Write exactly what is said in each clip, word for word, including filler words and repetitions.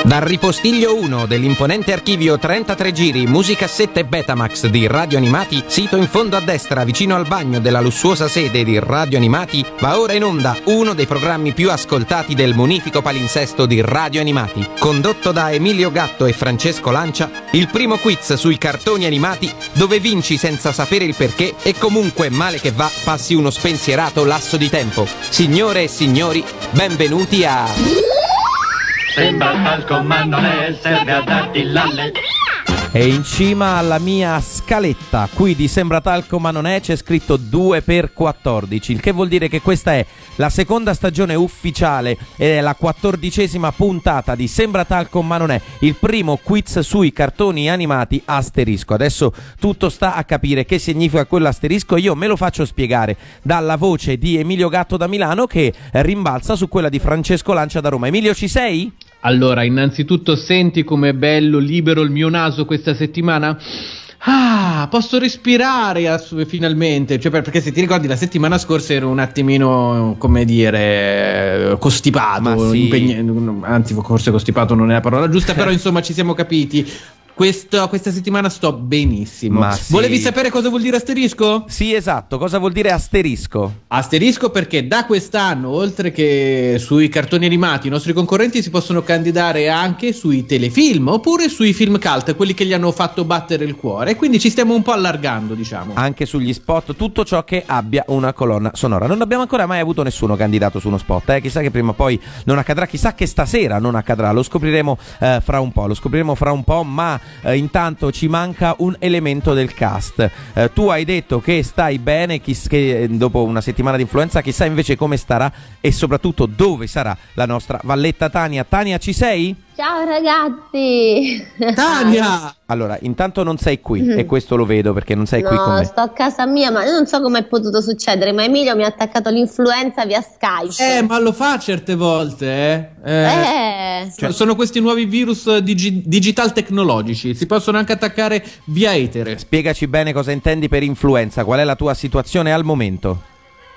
Dal ripostiglio uno dell'imponente archivio trentatré giri, musicassette e Betamax di Radio Animati, sito in fondo a destra vicino al bagno della lussuosa sede di Radio Animati, va ora in onda uno dei programmi più ascoltati del munifico palinsesto di Radio Animati. Condotto da Emilio Gatto e Francesco Lancia, il primo quiz sui cartoni animati dove vinci senza sapere il perché e comunque male che va passi uno spensierato lasso di tempo. Signore e signori, benvenuti a... Sembra talco ma non è, serve a darti l'alle. E in cima alla mia scaletta qui di Sembra talco ma non è c'è scritto due per quattordici, il che vuol dire che questa è la seconda stagione ufficiale ed è la quattordicesima puntata di Sembra talco ma non è, il primo quiz sui cartoni animati asterisco. Adesso tutto sta a capire che significa quell'asterisco, io me lo faccio spiegare dalla voce di Emilio Gatto da Milano che rimbalza su quella di Francesco Lancia da Roma. Emilio, ci sei? Allora, innanzitutto senti com'è bello, libero il mio naso questa settimana? Ah, posso respirare ass- finalmente, cioè perché se ti ricordi la settimana scorsa ero un attimino, come dire, costipato, sì. impegn- anzi forse costipato non è la parola giusta, però insomma ci siamo capiti. Questo, questa settimana sto benissimo. Ma sì. Volevi sapere cosa vuol dire asterisco? Sì, esatto, cosa vuol dire asterisco? Asterisco perché da quest'anno, oltre che sui cartoni animati, i nostri concorrenti si possono candidare anche sui telefilm oppure sui film cult, quelli che gli hanno fatto battere il cuore, e quindi ci stiamo un po' allargando, diciamo. Anche sugli spot, tutto ciò che abbia una colonna sonora. Non abbiamo ancora mai avuto nessuno candidato su uno spot, eh? Chissà che prima o poi non accadrà, chissà che stasera non accadrà, lo scopriremo eh, fra un po', lo scopriremo fra un po', ma eh, intanto ci manca un elemento del cast. Eh, tu hai detto che stai bene, chiss- che dopo una settimana di influenza, chissà invece come starà e soprattutto dove sarà la nostra Valletta Tania. Tania, ci sei? Ciao ragazzi! Tania! Allora, intanto non sei qui mm-hmm. e questo lo vedo perché non sei no, qui con me. Sto a casa mia, ma io non so come è potuto succedere, ma Emilio mi ha attaccato l'influenza via Skype. Eh, ma lo fa certe volte, eh? eh, eh. Cioè, sono questi nuovi virus digi- digital tecnologici, si possono anche attaccare via etere. Spiegaci bene cosa intendi per influenza, qual è la tua situazione al momento?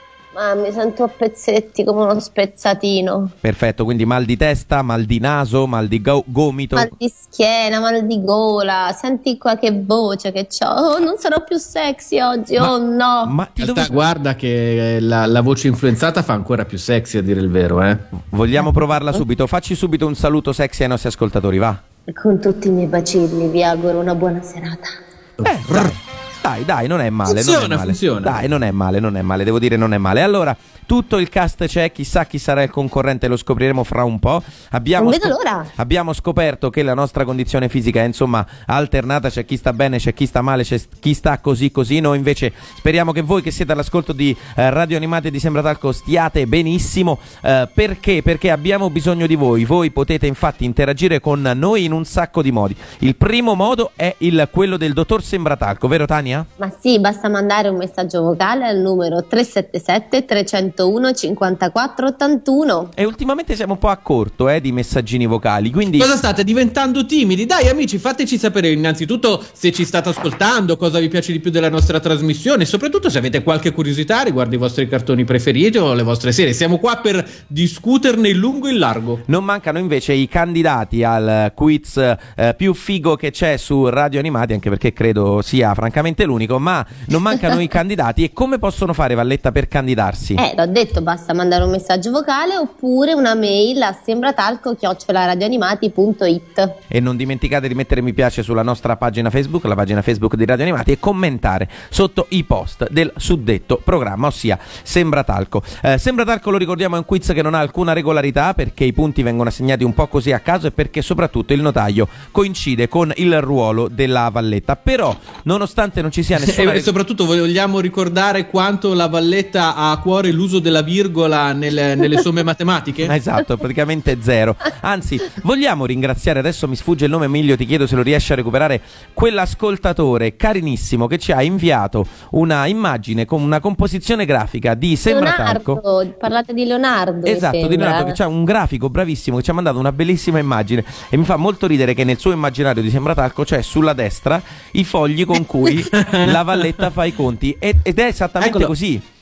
Ma mi sento a pezzetti come uno spezzatino. Perfetto, quindi mal di testa, mal di naso, mal di go- gomito. Mal di schiena, mal di gola. Senti qua che voce che c'ho. Oh, non sarò più sexy oggi, ma, oh no. Ma ti In realtà, dove... guarda che la, la voce influenzata fa ancora più sexy, a dire il vero, eh. Vogliamo provarla subito? Facci subito un saluto sexy ai nostri ascoltatori, va? Con tutti i miei bacilli vi auguro una buona serata. Eh, dai. Dai, dai, non è male, funziona, non è male. funziona. Dai, non è male, non è male, devo dire non è male. Allora, tutto il cast c'è, chissà chi sarà il concorrente, lo scopriremo fra un po'. Abbiamo non vedo scop- l'ora. Abbiamo scoperto che la nostra condizione fisica è insomma alternata, c'è chi sta bene, c'è chi sta male, c'è chi sta così così. Noi invece speriamo che voi che siete all'ascolto di eh, Radio Animati e di Sembra talco stiate benissimo. Eh, perché? Perché abbiamo bisogno di voi. Voi potete infatti interagire con noi in un sacco di modi. Il primo modo è il quello del dottor Sembra talco, vero Tania? Ma sì, basta mandare un messaggio vocale al numero tre sette sette tre zero uno cinquantaquattro ottantuno. E ultimamente siamo un po' a corto eh, di messaggini vocali, quindi... Cosa state diventando timidi? Dai amici, fateci sapere innanzitutto se ci state ascoltando, cosa vi piace di più della nostra trasmissione e soprattutto se avete qualche curiosità riguardo i vostri cartoni preferiti o le vostre serie. Siamo qua per discuterne in lungo e in largo. Non mancano invece i candidati al quiz eh, più figo che c'è su Radio Animati, anche perché credo sia francamente l'unico, ma non mancano i candidati. E come possono fare, Valletta, per candidarsi? Eh, l'ho detto, basta mandare un messaggio vocale oppure una mail a sembratalco chiocciola radioanimati punto it. E non dimenticate di mettere mi piace sulla nostra pagina Facebook, la pagina Facebook di Radio Animati, e commentare sotto i post del suddetto programma, ossia Sembra talco. Eh, Sembra talco, lo ricordiamo, è un quiz che non ha alcuna regolarità perché i punti vengono assegnati un po' così a caso e perché soprattutto il notaio coincide con il ruolo della Valletta. Però, nonostante non ci sia nessuna... E soprattutto vogliamo ricordare quanto la Valletta ha a cuore l'uso della virgola nelle, nelle somme matematiche? Esatto, praticamente zero. Anzi, vogliamo ringraziare, adesso mi sfugge il nome, Emilio, ti chiedo se lo riesci a recuperare, quell'ascoltatore carinissimo che ci ha inviato una immagine con una composizione grafica di Sembra talco. Leonardo, parlate di Leonardo. Esatto, di Leonardo, che c'ha un grafico bravissimo che ci ha mandato una bellissima immagine e mi fa molto ridere che nel suo immaginario di Sembra talco c'è sulla destra i fogli con cui la Valletta fa i conti ed è esattamente Eccolo. così.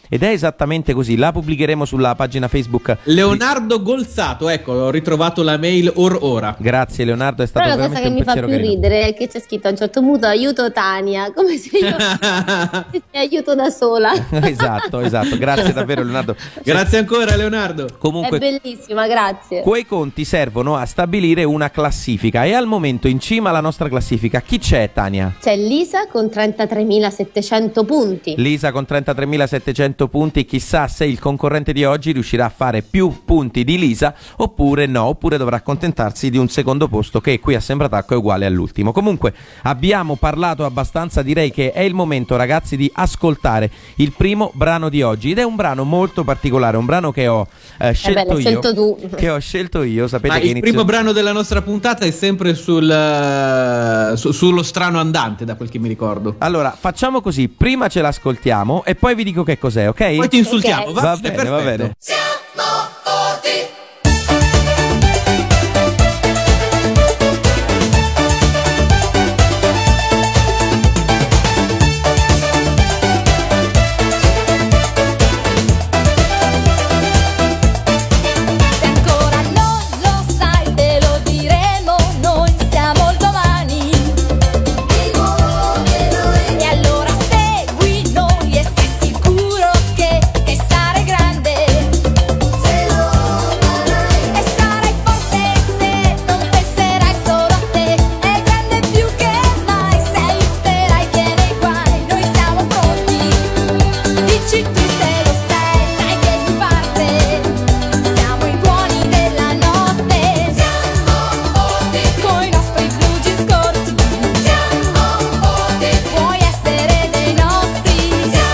ed è esattamente così. La pubblicheremo sulla pagina Facebook. Leonardo Golzato, ecco, ho ritrovato la mail or ora. Grazie Leonardo, è stato Però la veramente cosa che un mi fa pensiero più carino. ridere è che c'è scritto a un certo punto aiuto Tania, come se io mi aiuto da sola. Esatto, esatto, grazie davvero Leonardo. Grazie ancora Leonardo. Comunque, È bellissima, grazie. quei conti servono a stabilire una classifica e al momento in cima alla nostra classifica chi c'è, Tania? C'è Lisa con trentatremilasettecento punti. Lisa con trentatremilasettecento punti, chissà se il concorrente di oggi riuscirà a fare più punti di Lisa oppure no, oppure dovrà accontentarsi di un secondo posto che qui a Sembratacco è uguale all'ultimo. Comunque abbiamo parlato abbastanza, direi che è il momento, ragazzi, di ascoltare il primo brano di oggi ed è un brano molto particolare, un brano che ho eh, scelto, Eh beh, l'hai io, scelto tu. che ho scelto io, sapete Ma che il inizio... primo brano della nostra puntata è sempre sul, uh, su- sullo strano andante, da quel che mi ricordo. Allora, facciamo così, prima ce l'ascoltiamo e poi vi dico che cos'è, ok? Poi ti insultiamo, Ok. va, Va bene, bene, va perfetto. bene. Se ancora non lo sai te lo diremo, noi siamo il domani. E allora segui noi e stai sicuro che, che sarai grande. E sarai forte se non penserai solo a te. È grande più che mai se aiuterai chi è nei guai. Noi siamo pronti, dici tu se lo sai, dai che si parte. Siamo i buoni della notte, coi nostri blu jeans corti. Puoi essere dei nostri,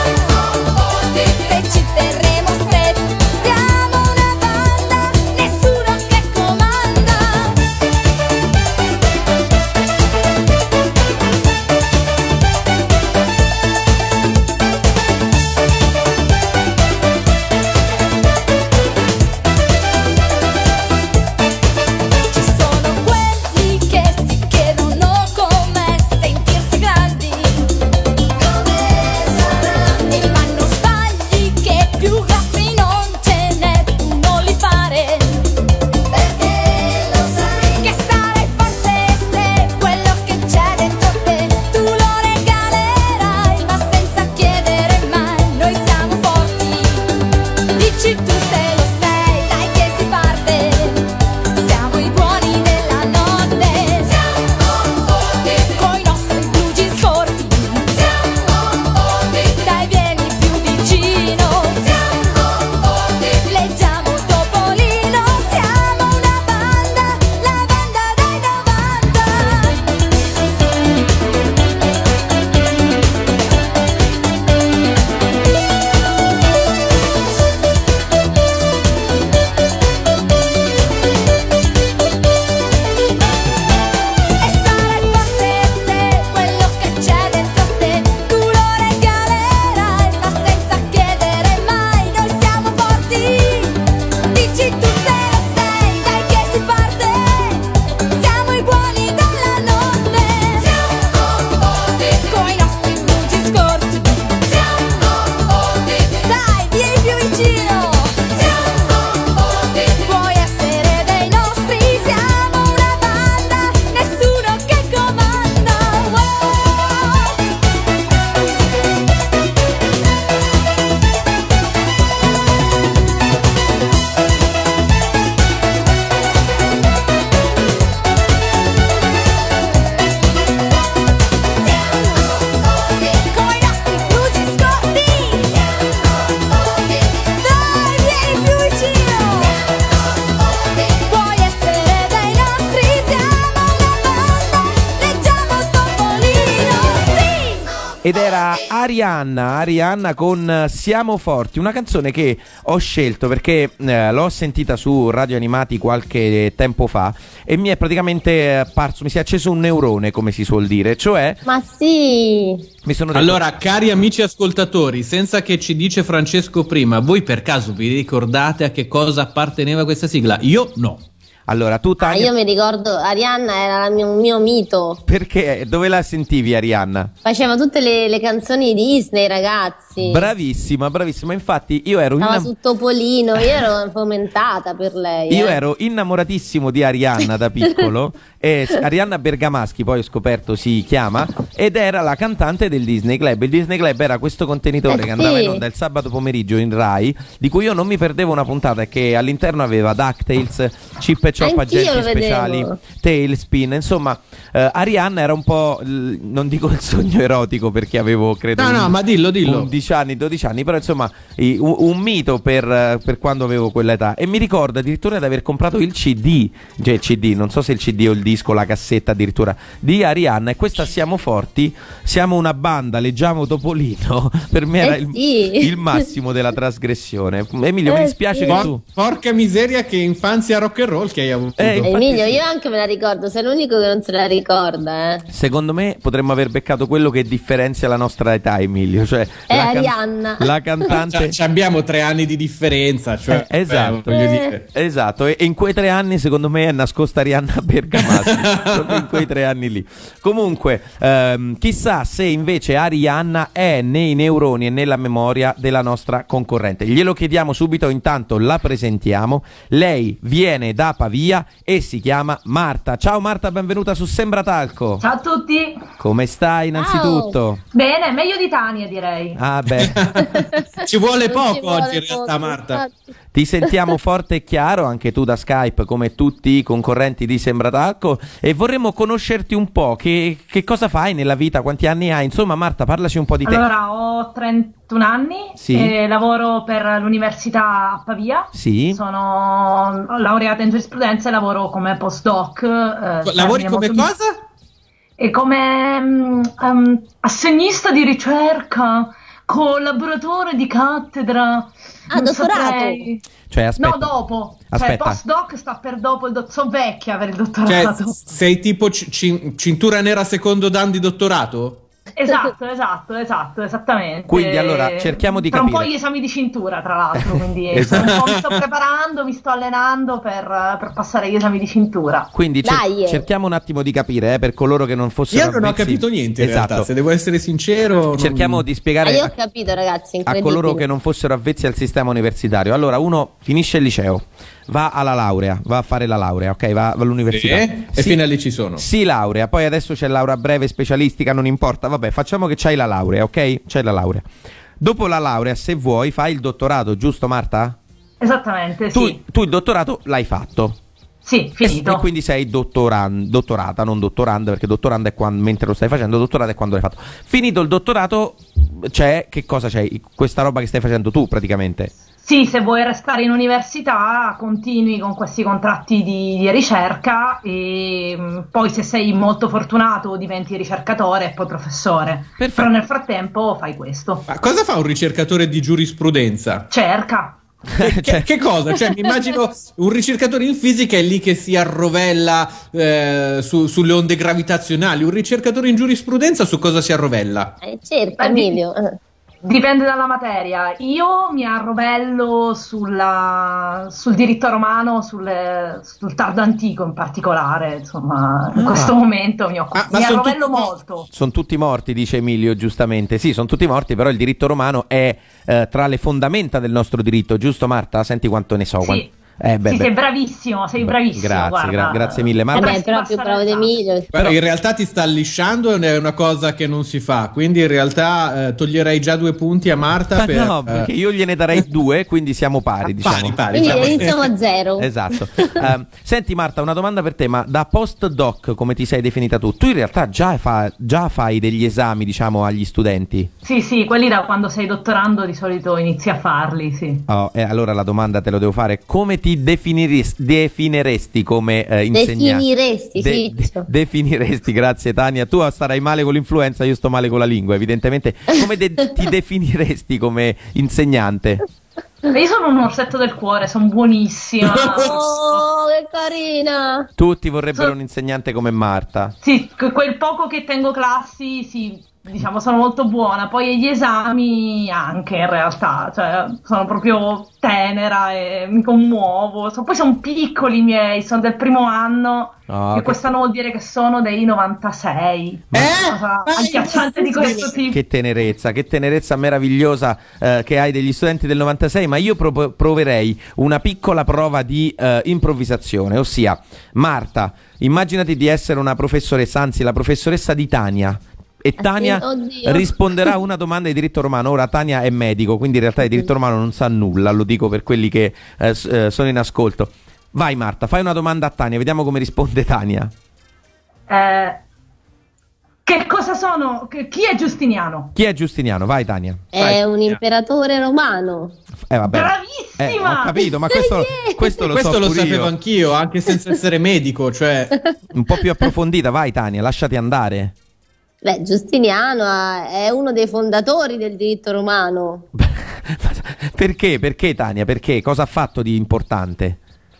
se ci terremo stretti. Siamo una banda, nessuno che comanda. Ci sono quelli che si chiedono com'è sentirsi grandi, e fanno sbagli che più grossi non ce n'è, tu non li fare, perché lo sai che sarai forte se quello che c'è dentro te tu lo regalerai, ma senza chiedere mai. Noi siamo forti, dici tu se lo sei, dai che si parte. Siamo i buoni della notte, coi nostri blu jeans corti. Dai vieni più vicino, leggiamo Topolino. Siamo una banda, la banda dei novanta. E sarai forte se quello che c'è dentro te tu lo regalerai, ma senza chiedere mai. Noi siamo forti, dici tu se lo sei, dai che si parte. Siamo i buoni della notte, coi nostri blu jeans corti. Dai, vieni più vicino, puoi essere dei nostri. Siamo una banda, nessuno che comanda. Coi nostri blu jeans corti. Dai, vieni più vicino, puoi essere dei nostri. Siamo una banda, leggiamo Topolino, sì. Ed era Arianna, Arianna con eh, Siamo Forti, una canzone che ho scelto perché eh, l'ho sentita su Radio Animati qualche tempo fa e mi è praticamente eh, parso, mi si è acceso un neurone, come si suol dire, cioè Ma sì, mi sono detto... Allora, cari amici ascoltatori, senza che ci dice Francesco prima, voi per caso vi ricordate a che cosa apparteneva questa sigla? Io no. Allora, tu Ah, Tania, io mi ricordo, Arianna era la mio- un mio mito. perché dove la sentivi Arianna? Faceva tutte le, le canzoni Disney, ragazzi. Bravissima, bravissima. Infatti io ero Stava innam- su Topolino, io ero fomentata per lei. Io eh. ero innamoratissimo di Arianna da piccolo, e Arianna Bergamaschi poi ho scoperto si chiama, ed era la cantante del Disney Club. Il Disney Club era questo contenitore Eh, che andava sì. in onda il sabato pomeriggio in Rai, di cui io non mi perdevo una puntata, e che all'interno aveva DuckTales, Chip e Chop, Anch'io agenti lo vedevo. speciali, Tailspin, insomma. eh, Arianna era un po', l- non dico il sogno erotico perché avevo credo No, un- no, ma dillo, dillo. undici anni, dodici anni, però insomma i- un, un mito per, eh, per quando avevo quell'età. E mi ricordo addirittura di aver comprato il C D, cioè il C D, non so se il C D o il disco, la cassetta addirittura, di Arianna, e questa Siamo Forti, siamo una banda, leggiamo Topolino, per me era Eh il, sì. il massimo della trasgressione. Emilio, mi Eh dispiace sì. che Por- tu... porca miseria, che infanzia rock and roll che hai avuto. Eh, infatti Emilio, sì. io anche me la ricordo, sei l'unico che non se la ricorda, eh. Secondo me potremmo aver beccato quello che differenzia la nostra età, Emilio, cioè È la, can- Arianna. la cantante... Cioè, ci abbiamo tre anni di differenza, cioè, Eh, esatto. beh, voglio Eh. dire. Esatto, e e in quei tre anni secondo me è nascosta Arianna Bergamaschi, proprio in quei tre anni lì. Comunque, ehm, chissà se invece Arianna è nei neuroni e nella memoria della nostra concorrente. Glielo chiediamo subito, intanto la presentiamo. Lei viene da Pavia e si chiama Marta. Ciao Marta, benvenuta su Sembratalco. Ciao a tutti. Come stai innanzitutto? Bene, meglio di Tania direi. Ah beh, Ci vuole Non poco ci vuole oggi in realtà, poco, Marta. infatti. ti sentiamo forte e chiaro, anche tu da Skype come tutti i concorrenti di Sembratalco, e vorremmo conoscerti un po'. Che, che cosa fai nella vita? Quanti anni hai? Insomma Marta, parlaci un po' di te. Allora, ho trentuno anni, Sì. e lavoro per l'università a Pavia. Sì. Sono laureata in giurisprudenza e lavoro come postdoc. eh, Lavori termine come molto- cosa? E come mm, um, assegnista di ricerca, collaboratore di cattedra. Ah, non dottorato. saprei. Cioè, aspetta. No, dopo. Aspetta. Cioè, postdoc sta per dopo il dottorato. Sono vecchia per il Cioè, dottorato. sei tipo ci- ci- cintura nera secondo dan di dottorato? Esatto, esatto, esatto, esattamente. Quindi, allora, cerchiamo di tra capire. un po' gli esami di cintura, tra l'altro, quindi Esatto. sto un po' mi sto preparando, mi sto allenando per, per passare gli esami di cintura. Quindi cer- Dai, eh. cerchiamo un attimo di capire, eh, per coloro che non fossero Io non ho avvezzi. capito niente in Esatto. realtà, se devo essere sincero. non- Cerchiamo di Ah, spiegare io ho a, capito, ragazzi, a incredibile. coloro che non fossero avvezzi al sistema universitario. Allora, uno finisce il liceo, va alla laurea, va a fare la laurea, ok? Va all'università. Sì, e Si- fino a lì ci sono. Si laurea, poi adesso c'è laurea breve, specialistica, non importa, vabbè, facciamo che c'hai la laurea, ok? C'hai la laurea. Dopo la laurea, se vuoi, fai il dottorato, giusto Marta? Esattamente, Tu, sì. tu il dottorato l'hai fatto. Sì, E, finito. e quindi sei dottoran- dottorata, non dottoranda, perché dottoranda è quando, mentre lo stai facendo, dottorato è quando l'hai fatto. Finito il dottorato, c'è, che cosa c'è? Questa roba che stai facendo tu praticamente. Sì, se vuoi restare in università continui con questi contratti di, di ricerca e mh, poi se sei molto fortunato diventi ricercatore e poi professore. Perfetto. Però nel frattempo fai questo. Ma cosa fa un ricercatore di giurisprudenza? Cerca. Che, Cioè- che cosa? Cioè, mi immagino un ricercatore in fisica è lì che si arrovella eh, su- sulle onde gravitazionali. Un ricercatore in giurisprudenza su cosa si arrovella? Eh, cerca, Beh, di- Emilio. eh. Dipende dalla materia. Io mi arrovello sulla, sul diritto romano, sulle- sul tardo antico in particolare. Insomma, in Ah. questo momento mi, occupo- Ah, ma mi sono arrovello tutti- molto. Sono tutti morti, dice Emilio, giustamente. Sì, sono tutti morti, però il diritto romano è eh, tra le fondamenta del nostro diritto, giusto Marta? Senti quanto ne so. Sì. quant- Eh, beh, sì, beh. sei bravissimo, sei bravissimo. Grazie, guarda. gra- grazie mille, Marta. Vabbè, Potresti però più passare bravo di l'esame. Emilio. Guarda, in realtà ti sta lisciando, è una cosa che non si fa. Quindi in realtà eh, toglierei già due punti a Marta. Ma per, no, eh, perché io gliene darei due, quindi siamo pari, diciamo. pari, pari, Quindi diciamo. iniziamo a zero. Esatto. Ehm, senti Marta, una domanda per te, ma da postdoc, come ti sei definita tu, tu in realtà già, fa- già fai degli esami, diciamo, agli studenti? Sì, sì, quelli da quando sei dottorando di solito inizi a farli, sì. Oh, e allora la domanda te lo devo fare: come ti definiris- definiresti come eh, insegnante? Definiresti, sì. de- definiresti, grazie Tania. Tu starai male con l'influenza, io sto male con la lingua, evidentemente. Come de- ti definiresti come insegnante? Io sono un orsetto del cuore, sono buonissima. Oh, che carina. Tutti vorrebbero So- un insegnante come Marta. Sì, que- quel poco che tengo classi, sì, diciamo, sono molto buona. Poi gli esami anche, in realtà, cioè, sono proprio tenera e mi commuovo. So, poi sono piccoli i miei, sono del primo anno, Oh, e che... quest'anno vuol dire che sono dei novantasei. Ma... Una cosa agghiacciante di questo tipo. Che tenerezza, che tenerezza meravigliosa eh, che hai degli studenti del novantasei, ma io pro- proverei una piccola prova di eh, improvvisazione, ossia, Marta, immaginati di essere una professoressa, anzi la professoressa di Tania. E Tania Oddio. risponderà a una domanda di diritto romano. Ora Tania è medico, quindi in realtà di diritto romano non sa nulla, lo dico per quelli che eh, s- eh, sono in ascolto. Vai Marta, fai una domanda a Tania, vediamo come risponde Tania. Eh, che cosa sono? Che- chi è Giustiniano? Chi è Giustiniano? Vai Tania. È un imperatore romano. Eh, vabbè. Eh, Bravissima! ho capito, ma questo, Yeah. questo lo Questo so lo pure sapevo io. anch'io, anche senza essere medico, cioè... Un po' più approfondita, vai Tania, lasciati andare. Beh, Giustiniano ah, è uno dei fondatori del diritto romano. Perché? Perché Tania? Perché? Cosa ha fatto di importante?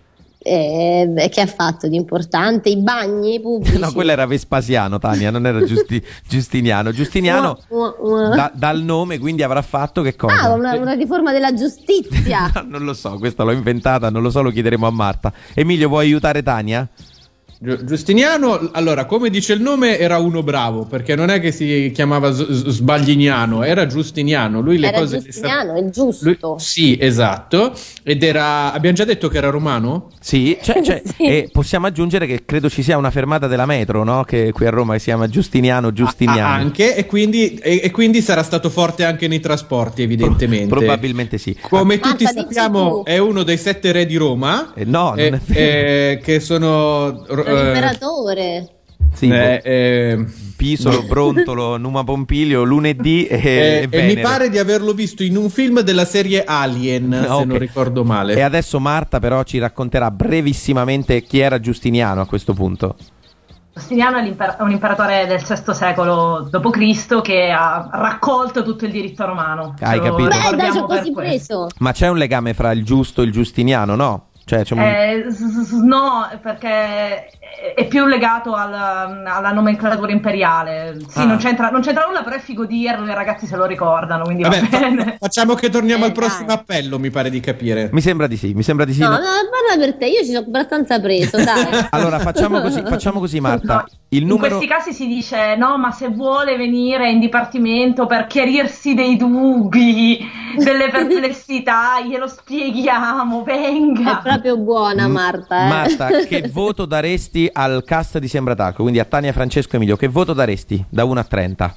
Eh, beh, che ha fatto di importante? I bagni pubblici. No, quello era Vespasiano, Tania, non era Giusti- Giustiniano. Giustiniano Ua, ua, ua. da- dal nome, quindi avrà fatto che cosa? Ah, una, una riforma della giustizia. No, non lo so, questa l'ho inventata, non lo so, lo chiederemo a Marta. Emilio, vuoi aiutare Tania? Giu- Giustiniano, allora, come dice il nome, era uno bravo, perché non è che si chiamava S- S- Sbaglignano, era Giustiniano. Lui le Era cose Giustiniano, è giusto. Lui- sì, esatto. Ed era. Abbiamo già detto che era romano? Sì, c'è, c'è- Sì. e possiamo aggiungere che credo ci sia una fermata della metro, no? Che qui a Roma che si chiama Giustiniano, Giustiniano. Ah, anche, e quindi, e, e quindi sarà stato forte anche nei trasporti, evidentemente. Probabilmente sì. Come Marta, tutti dici sappiamo, tu. è uno dei sette re di Roma. Eh, no, non eh, è vero. eh, che sono. È un eh, imperatore. Sì, eh, eh, Pisolo, Brontolo, Numa Pompilio, lunedì e, eh, e e Venere. mi pare di averlo visto in un film della serie Alien, se Ok. non ricordo male. E adesso Marta però ci racconterà brevissimamente chi era Giustiniano a questo punto. Giustiniano è, l'imper- è un imperatore del sesto secolo dopo Cristo che ha raccolto tutto il diritto romano. Hai Ce lo capito. Beh, dai, ricordiamo ci ho per quasi questo. preso. Ma c'è un legame fra il giusto e il giustiniano, no? Cioè, c'è un... Eh, s- s- no, perché è- è più legato al- alla nomenclatura imperiale. Sì, Ah. non, c'entra, non c'entra nulla, però è figo dirlo, i ragazzi se lo ricordano, quindi Vabbè, va fa- bene. facciamo che torniamo Eh, al prossimo dai. appello, mi pare di capire. Mi sembra di sì, mi sembra di sì. No, no? no, parla per te, io ci sono abbastanza preso, dai. Allora, facciamo così, facciamo così Marta. No, Il numero... In questi casi si dice no, ma se vuole venire in dipartimento per chiarirsi dei dubbi, delle perplessità, glielo spieghiamo, È venga. proprio buona Marta, eh. Marta, che voto daresti al cast di Sembratalco? Quindi a Tania, Francesco e Emilio, che voto daresti da uno a trenta?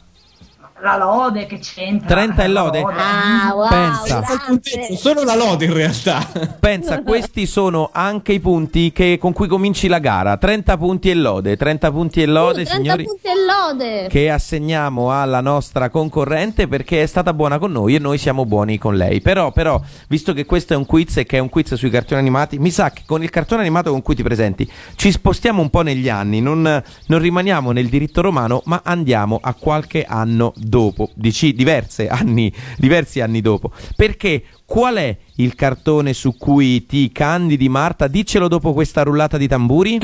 La lode che c'entra. trenta è La lode? Ah, wow, Pensa. grazie. Solo la lode in realtà. Pensa, questi sono anche i punti che- con cui cominci la gara. trenta punti e lode, trenta punti e lode, Uh, trenta signori, punti e lode. che assegniamo alla nostra concorrente perché è stata buona con noi e noi siamo buoni con lei. Però, però, visto che questo è un quiz e che è un quiz sui cartoni animati, mi sa che con il cartone animato con cui ti presenti ci spostiamo un po' negli anni, non, non rimaniamo nel diritto romano, ma andiamo a qualche anno dopo, dici diverse anni, diversi anni dopo. Perché qual è il cartone su cui ti candidi, Marta? Diccelo dopo questa rullata di tamburi.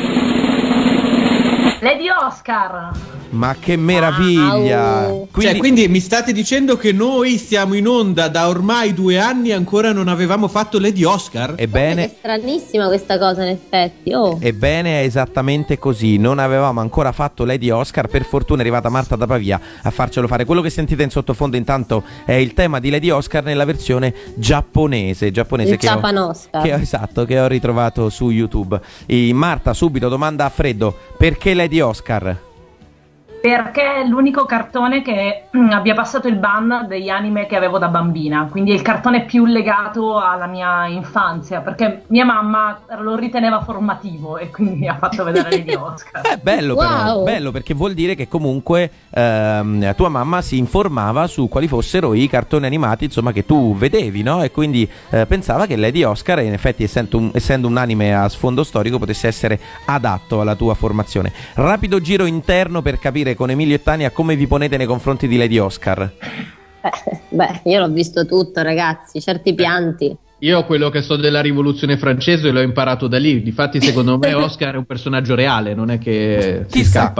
Lady Oscar. Ma che meraviglia! Wow. Quindi, Cioè, quindi mi state dicendo che noi siamo in onda da ormai due anni e ancora non avevamo fatto Lady Oscar? È ebbene, stranissima questa cosa, in effetti. Oh. ebbene è esattamente così. Non avevamo ancora fatto Lady Oscar. Per fortuna è arrivata Marta da Pavia a farcelo fare. Quello che sentite in sottofondo intanto è il tema di Lady Oscar nella versione giapponese. Giapponese Il che ho, Japan Oscar. che ho- esatto, che ho ritrovato su YouTube. E Marta, subito domanda a freddo: perché Lady Oscar? Perché è l'unico cartone che mm, abbia passato il ban degli anime che avevo da bambina, quindi è il cartone più legato alla mia infanzia, perché mia mamma lo riteneva formativo e quindi ha fatto vedere Lady Oscar. È bello però, Wow. bello perché vuol dire che comunque ehm, tua mamma si informava su quali fossero i cartoni animati, insomma, che tu vedevi, no? E quindi eh, pensava che Lady Oscar, in effetti essendo un, essendo un anime a sfondo storico, potesse essere adatto alla tua formazione. Rapido giro interno per capire con Emilio e Tania come vi ponete nei confronti di Lady Oscar. Eh, beh, io l'ho visto tutto, ragazzi, certi pianti. Io quello che so della rivoluzione francese l'ho imparato da lì. Difatti, secondo me, Oscar è un personaggio reale, non è che si Chissà. scappa.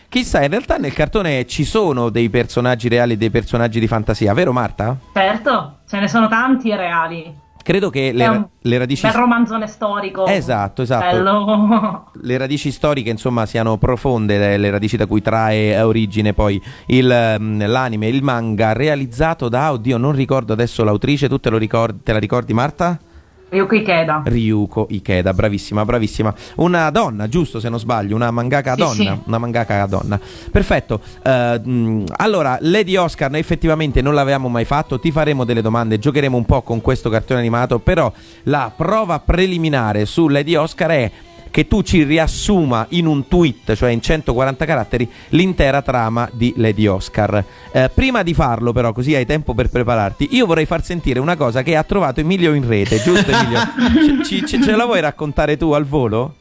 Chissà, in realtà nel cartone ci sono dei personaggi reali e dei personaggi di fantasia, vero Marta? Certo, ce ne sono tanti reali. Credo che le, È un le radici... bel romanzone storico. Esatto, esatto. Bello. Le radici storiche, insomma, siano profonde, le, le radici da cui trae origine poi il, l'anime, il manga, realizzato da, oddio, non ricordo adesso l'autrice, tu te, lo ricordi, te la ricordi Marta? Ryuko Ikeda. Ryuko Ikeda, bravissima, bravissima. Una donna, giusto se non sbaglio, una mangaka Sì, donna, sì. una mangaka donna. Perfetto. Uh, mh, allora, Lady Oscar, noi effettivamente non l'avevamo mai fatto, ti faremo delle domande, giocheremo un po' con questo cartone animato, però la prova preliminare su Lady Oscar è che tu ci riassuma in un tweet, cioè in centoquaranta caratteri, l'intera trama di Lady Oscar. Eh, prima di farlo, però, così hai tempo per prepararti, io vorrei far sentire una cosa che ha trovato Emilio in rete, giusto Emilio? ci, ci, ce la vuoi raccontare tu al volo?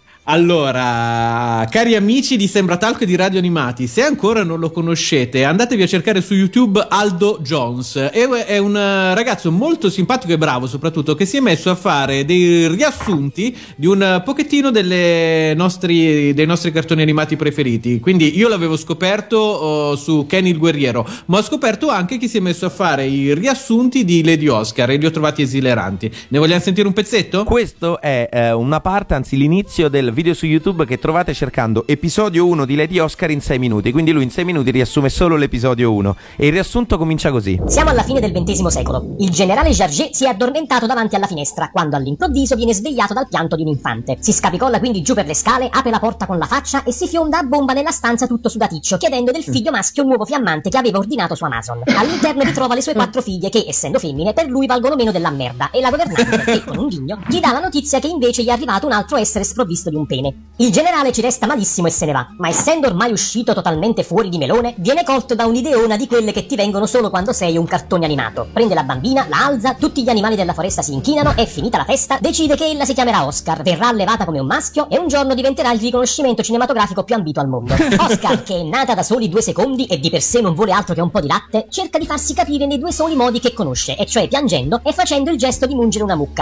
Allora, cari amici di Sembratalco e di Radio Animati, se ancora non lo conoscete, andatevi a cercare su YouTube Aldo Jones. È, è un ragazzo molto simpatico e bravo, soprattutto, che si è messo a fare dei riassunti di un pochettino delle nostri, dei nostri cartoni animati preferiti. Quindi io l'avevo scoperto oh, su Kenny il Guerriero, ma ho scoperto anche che si è messo a fare i riassunti di Lady Oscar e li ho trovati esileranti. Ne vogliamo sentire un pezzetto? Questo è eh, una parte, anzi l'inizio del video su YouTube che trovate cercando episodio uno di Lady Oscar in sei minuti. Quindi lui in sei minuti riassume solo l'episodio uno e il riassunto comincia così. Siamo alla fine del ventesimo secolo. Il generale Jarget si è addormentato davanti alla finestra quando all'improvviso viene svegliato dal pianto di un infante. Si scapicolla quindi giù per le scale, apre la porta con la faccia e si fionda a bomba nella stanza tutto sudaticcio, chiedendo del figlio maschio il nuovo fiammante che aveva ordinato su Amazon. All'interno ritrova le sue quattro figlie che, essendo femmine, per lui valgono meno della merda, e la governante che, con un ghigno, gli dà la notizia che invece gli è arrivato un altro essere sprovvisto di un pene. Il generale ci resta malissimo e se ne va, ma essendo ormai uscito totalmente fuori di melone, viene colto da un'ideona di quelle che ti vengono solo quando sei un cartone animato. Prende la bambina, la alza, tutti gli animali della foresta si inchinano e, finita la festa, decide che ella si chiamerà Oscar, verrà allevata come un maschio e un giorno diventerà il riconoscimento cinematografico più ambito al mondo. Oscar, che è nata da soli due secondi e di per sé non vuole altro che un po' di latte, cerca di farsi capire nei due soli modi che conosce, e cioè piangendo e facendo il gesto di mungere una mucca.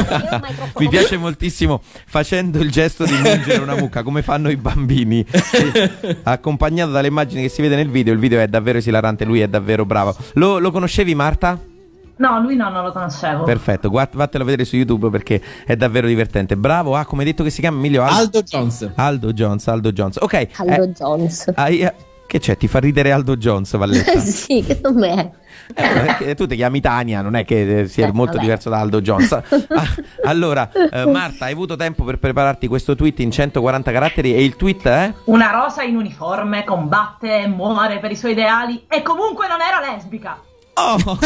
Mi piace moltissimo facendo il gesto di mungere una mucca, come fanno i bambini, accompagnato dalle immagini che si vede nel video. Il video è davvero esilarante, lui è davvero bravo. Lo, lo conoscevi, Marta? No, lui no, non lo conoscevo. Perfetto, guarda, vattelo a vedere su YouTube perché è davvero divertente. Bravo, ah, come hai detto che si chiama Emilio? Al- Aldo Jones. Aldo Jones, Aldo Jones. Ok. Aldo eh, Jones. hai- eh, che c'è? Ti fa ridere Aldo Jones, Valletta? Sì, che nome è? Eh, perché tu ti chiami Tania, non è che eh, sia Eh, molto vabbè. diverso da Aldo Jones. Ah, allora, eh, Marta, hai avuto tempo per prepararti questo tweet in centoquaranta caratteri e il tweet è? Una rosa in uniforme combatte e muore per i suoi ideali e comunque non era lesbica. Oh!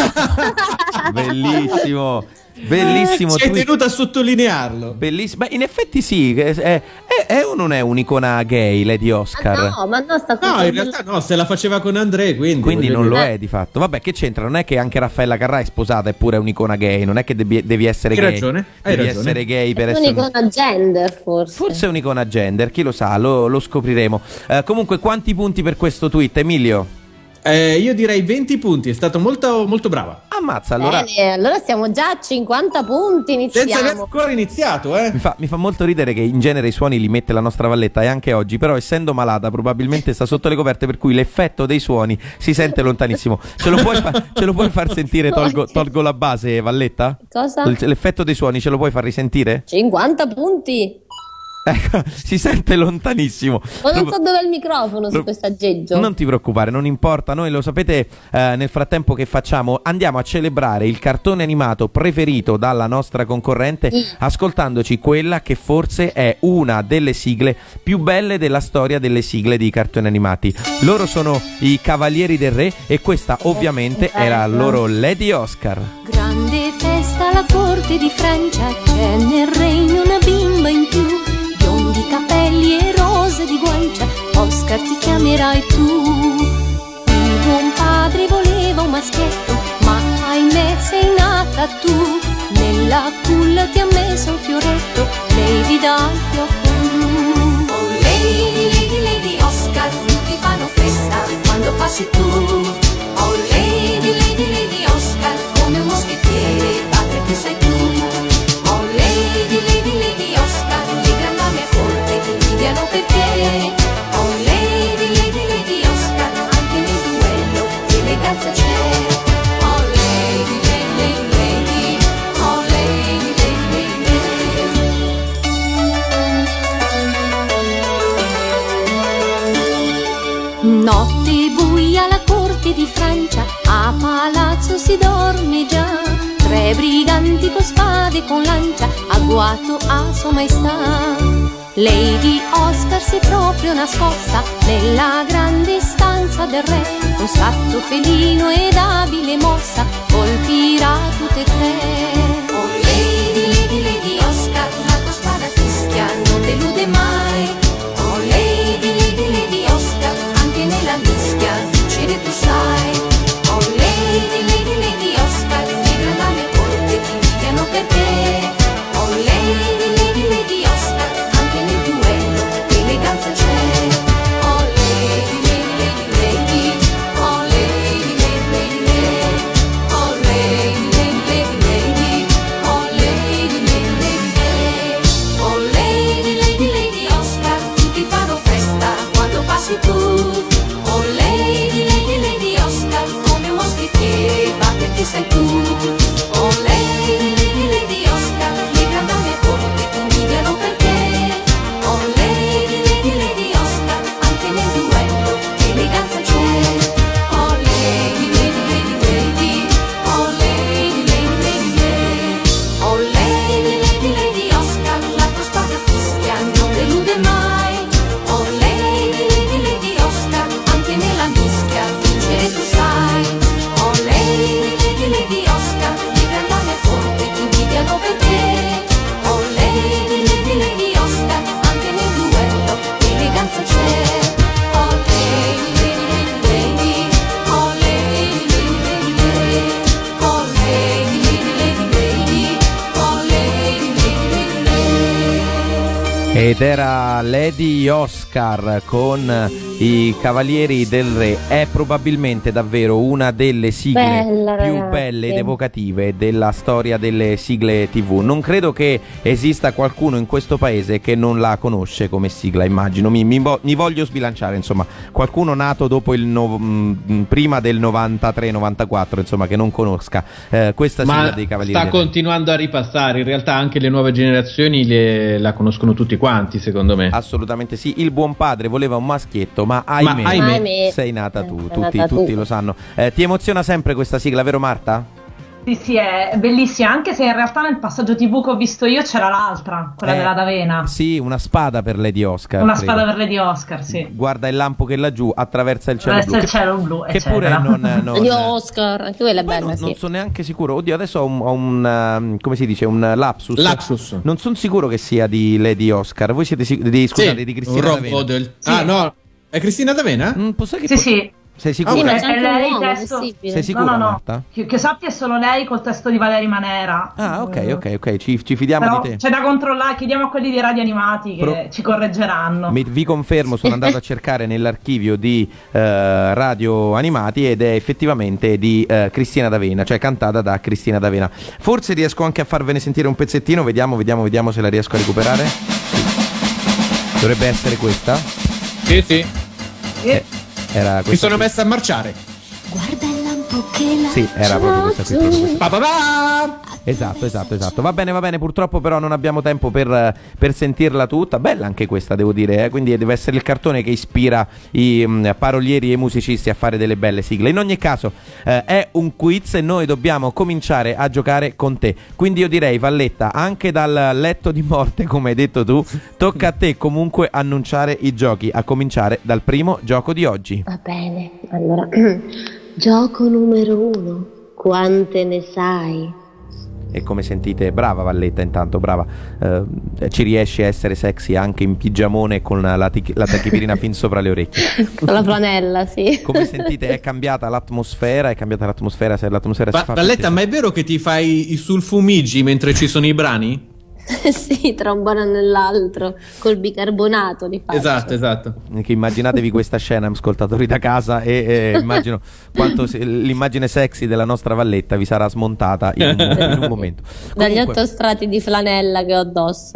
Bellissimo! Bellissimo Ci hai tweet. tenuto a sottolinearlo. Bellissimo. Beh, in effetti sì, è, è, è o non è un'icona gay Lady Oscar? Ah, no, ma no, sta No, in realtà no, se la faceva con André, quindi... Quindi voglio non lo dire. è di fatto. Vabbè, che c'entra? Non è che anche Raffaella Carrà è sposata eppure è un'icona gay. Non è che devi, devi essere Hai gay. ragione, hai devi ragione. essere gay per È essere. un'icona gender, forse. Forse è un'icona gender, chi lo sa, lo, lo scopriremo. Eh, comunque, quanti punti per questo tweet, Emilio? Eh, io direi venti punti, è stato molto, molto brava. Ammazza, allora. Bene, allora siamo già a cinquanta punti, Senza aver iniziamo. ancora iniziato, eh. Mi fa, mi fa molto ridere che in genere i suoni li mette la nostra Valletta e anche oggi, però essendo malata probabilmente sta sotto le coperte, per cui l'effetto dei suoni si sente lontanissimo. Ce lo puoi, fa- ce lo puoi far sentire? Tolgo, tolgo la base, Valletta? Cosa? L- L'effetto dei suoni ce lo puoi far risentire? cinquanta punti. Ecco, si sente lontanissimo. Ma non Lo- so dove è il microfono su lo- questo aggeggio. Non ti preoccupare, non importa. Noi lo sapete, eh, nel frattempo che facciamo, andiamo a celebrare il cartone animato preferito dalla nostra concorrente, Sì. ascoltandoci quella che forse è una delle sigle più belle della storia delle sigle di cartoni animati. Loro sono i Cavalieri del Re e questa ovviamente era la loro Lady Oscar. Grande festa alla corte di Francia, c'è nel regno una bimba in più, biondi capelli e rose di guancia, Oscar ti chiamerai tu. Il buon padre voleva un maschietto, ma ahimè sei nata tu, nella culla ti ha messo un fioretto, Lady dal fiocco blu. Oh Lady, Lady, Lady Oscar, tutti fanno festa quando passi tu. Oh Lady, Lady, Lady Oscar, come un moschettiere, padre che sei tu. Oh Lady, Lady, Lady Oscar, di gran la mia corte ti invidiano per te. Oh Lady, Lady, Lady Notte buia alla corte di Francia, a palazzo si dorme già. Tre briganti con spade e con lancia, agguato a sua maestà. Lady Oscar si è proprio nascosta nella grande stanza del re. Con scatto felino ed abile mossa colpirà tutte e tre. Oh Lady, Lady, Lady Oscar, la tua spada fischia non delude mai. Oh Lady, Lady, Lady Oscar, anche nella mischia vincere tu sai. Oh Lady, Lady, Lady Oscar, i grandi a corte ti invidiano per te. Oh Lady, Lady, Lady Oscar, anche nel duello eleganza c'è. Oh Lady, Lady, Lady, Lady. Oh Lady, Lady, Lady, Lady. Oh Lady, Lady, Lady, Lady. Oh Lady, Lady, Lady, Lady. Oh Lady, Lady, Lady Oscar, tutti fanno festa quando passi tu. Oh Lady, Lady, Lady Oscar, come un moschettiere batterti sei tu. Oh Lady, Lady, Lady Oscar, le grandi dame a corte ti invidiano per te. Oh Lady, Lady, Lady Oscar, anche nel duello eleganza c'è. Oh Lady, Lady, Lady, Lady. Oh Lady, Lady, Lady, Lady. Oh Lady, Lady, Lady Oscar, la tua spada fischia non delude mai. Oh Lady, Lady, Lady Oscar, anche nella mischia vincere tu sai. Oh Lady, Lady, Lady Oscar, le grandi dame a corte ti invidiano per te. Oh Lady, Lady, Lady Oscar, anche nel duello eleganza c'è. Oh Lady, Lady, Lady, Lady. Oh Lady, Lady, Lady, Lady. Oh Lady, Lady, Lady, Lady. Oh Lady, Lady, Lady, Lady. Ed era Lady Oscar con i Cavalieri del Re. È probabilmente davvero una delle sigle Bella, più ragazzi. belle ed evocative della storia delle sigle tivù. Non credo che esista qualcuno in questo paese che non la conosce come sigla, immagino. Mi, mi, vo- mi voglio sbilanciare, insomma, qualcuno nato dopo il no- mh, prima del novantatré novantaquattro, insomma, che non conosca eh, questa sigla Ma dei Cavalieri sta del Re. continuando a ripassare. In realtà anche le nuove generazioni le- la conoscono tutti quanti, secondo me. Assolutamente sì. Il buon padre voleva un maschietto, ma ahimè, Ma ahimè. Ahimè. sei nata tu, Sei tutti, nata tu. tutti lo sanno. Eh, ti emoziona sempre questa sigla, vero Marta? Sì, sì, è bellissima, anche se in realtà nel passaggio tivù che ho visto io c'era l'altra, quella Eh, della d'avena. Sì, una spada per Lady Oscar. Una credo. spada per Lady Oscar, sì. Guarda il lampo che laggiù attraversa il cielo Attraversa blu. il cielo blu, Che pure eccetera. non, non, Di Oscar, anche quella è Poi bella, non, sì. non sono neanche sicuro. Oddio, adesso ho un, ho un, um, come si dice, un lapsus. Lapsus. Non sono sicuro che sia di Lady Oscar. Voi siete sicuri? Di, scusate, Sì, di un Cristina robot D'Avena. del- Sì. Ah, no. È Cristina D'Avena? Mm, posso che Sì, po- sì. Sei Sì, sicura? ma È c'è anche lei un uomo, testo- possibile. Sei sicura, no, no, no. Marta? Che, che sappia solo lei col testo di Valeria Manera. Ah, ok, Eh, ok, ok. Ci, ci fidiamo Però di te. c'è da controllare, chiediamo a quelli di Radio Animati che Pro- ci correggeranno. Mi- vi confermo, sono andato a cercare nell'archivio di eh, Radio Animati ed è effettivamente di eh, Cristina D'Avena, cioè cantata da Cristina D'Avena. Forse riesco anche a farvene sentire un pezzettino, vediamo, vediamo, vediamo se la riesco a recuperare. Sì. Dovrebbe essere questa. Sì, sì. Eh, era Mi questa sono qui. messa a marciare. Guarda il lampo che la Sì, era proprio questa qui, proprio questa. Pa, pa, pa! Esatto, esatto, esatto. Va bene, va bene. Purtroppo però non abbiamo tempo per, per sentirla tutta. Bella anche questa, devo dire. Eh? Quindi deve essere il cartone che ispira i mh, parolieri e i musicisti a fare delle belle sigle. In ogni caso eh, è un quiz e noi dobbiamo cominciare a giocare con te. Quindi io direi, Valletta, anche dal letto di morte, come hai detto tu, tocca a te comunque annunciare i giochi, a cominciare dal primo gioco di oggi. Va bene, allora, gioco numero uno, quante ne sai? E come sentite, brava Valletta, intanto brava, eh, ci riesce a essere sexy anche in pigiamone con la, tic- la tachipirina fin sopra le orecchie. Con la flanella, sì. Come sentite è cambiata l'atmosfera, è cambiata l'atmosfera, se l'atmosfera Va- si fa Valletta, più- ma è vero che ti fai i sulfumigi mentre ci sono i brani? Sì, tra un buono e nell'altro, col bicarbonato li faccio. Esatto, esatto. Che immaginatevi questa scena, ascoltatori da casa, e e immagino quanto se- l'immagine sexy della nostra Valletta vi sarà smontata in un, in un momento. Dagli Comunque, otto strati di flanella che ho addosso.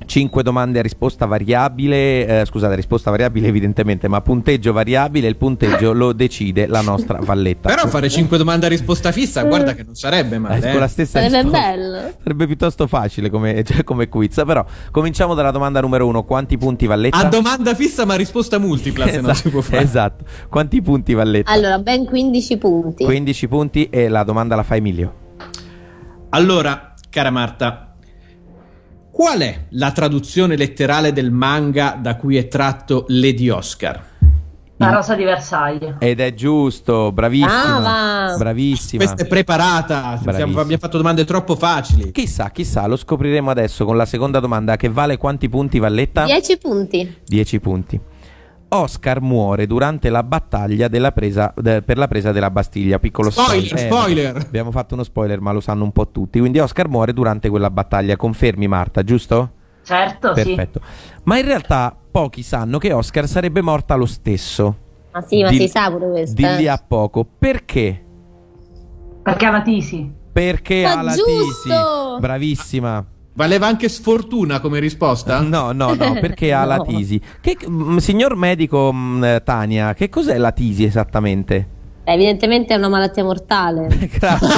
cinque domande a risposta variabile, eh, scusate, risposta variabile evidentemente, ma punteggio variabile, il punteggio lo decide la nostra Valletta. Però fare cinque domande a risposta fissa, guarda che non sarebbe male. Eh, eh. con la stessa Sarebbe risposta. bello. Sarebbe piuttosto facile come, cioè, come quiz. Però cominciamo dalla domanda numero uno. Quanti punti Valletta? A domanda fissa ma risposta multipla, se non si può fare. Esatto. Quanti punti Valletta? Allora, ben quindici punti. quindici punti e la domanda la fa Emilio. Allora, cara Marta, qual è la traduzione letterale del manga da cui è tratto Lady Oscar? La rosa di Versailles. Ed è giusto, bravissima. Brava. Bravissima. Questa è preparata, Bravissima. siamo, abbiamo fatto domande troppo facili. Chissà, chissà, lo scopriremo adesso con la seconda domanda che vale quanti punti Valletta? dieci punti. dieci punti. Oscar muore durante la battaglia della presa, de, per la presa della Bastiglia. Piccolo Spoiler, spoiler. spoiler. Abbiamo fatto uno spoiler, ma lo sanno un po' tutti. Quindi Oscar muore durante quella battaglia. Confermi, Marta, giusto? Certo, Perfetto. Ma in realtà pochi sanno che Oscar sarebbe morta lo stesso. Ma sì, ma Di- si sa pure questo. Di eh. lì a poco. Perché? perché ha la tisi. Perché Ma ha la giusto! tisi. Bravissima. Valeva anche sfortuna come risposta? No, no, no, perché ha la No. tisi. Che, mh, signor medico mh, Tania, che cos'è la tisi esattamente? Eh, Evidentemente è una malattia mortale. Grazie.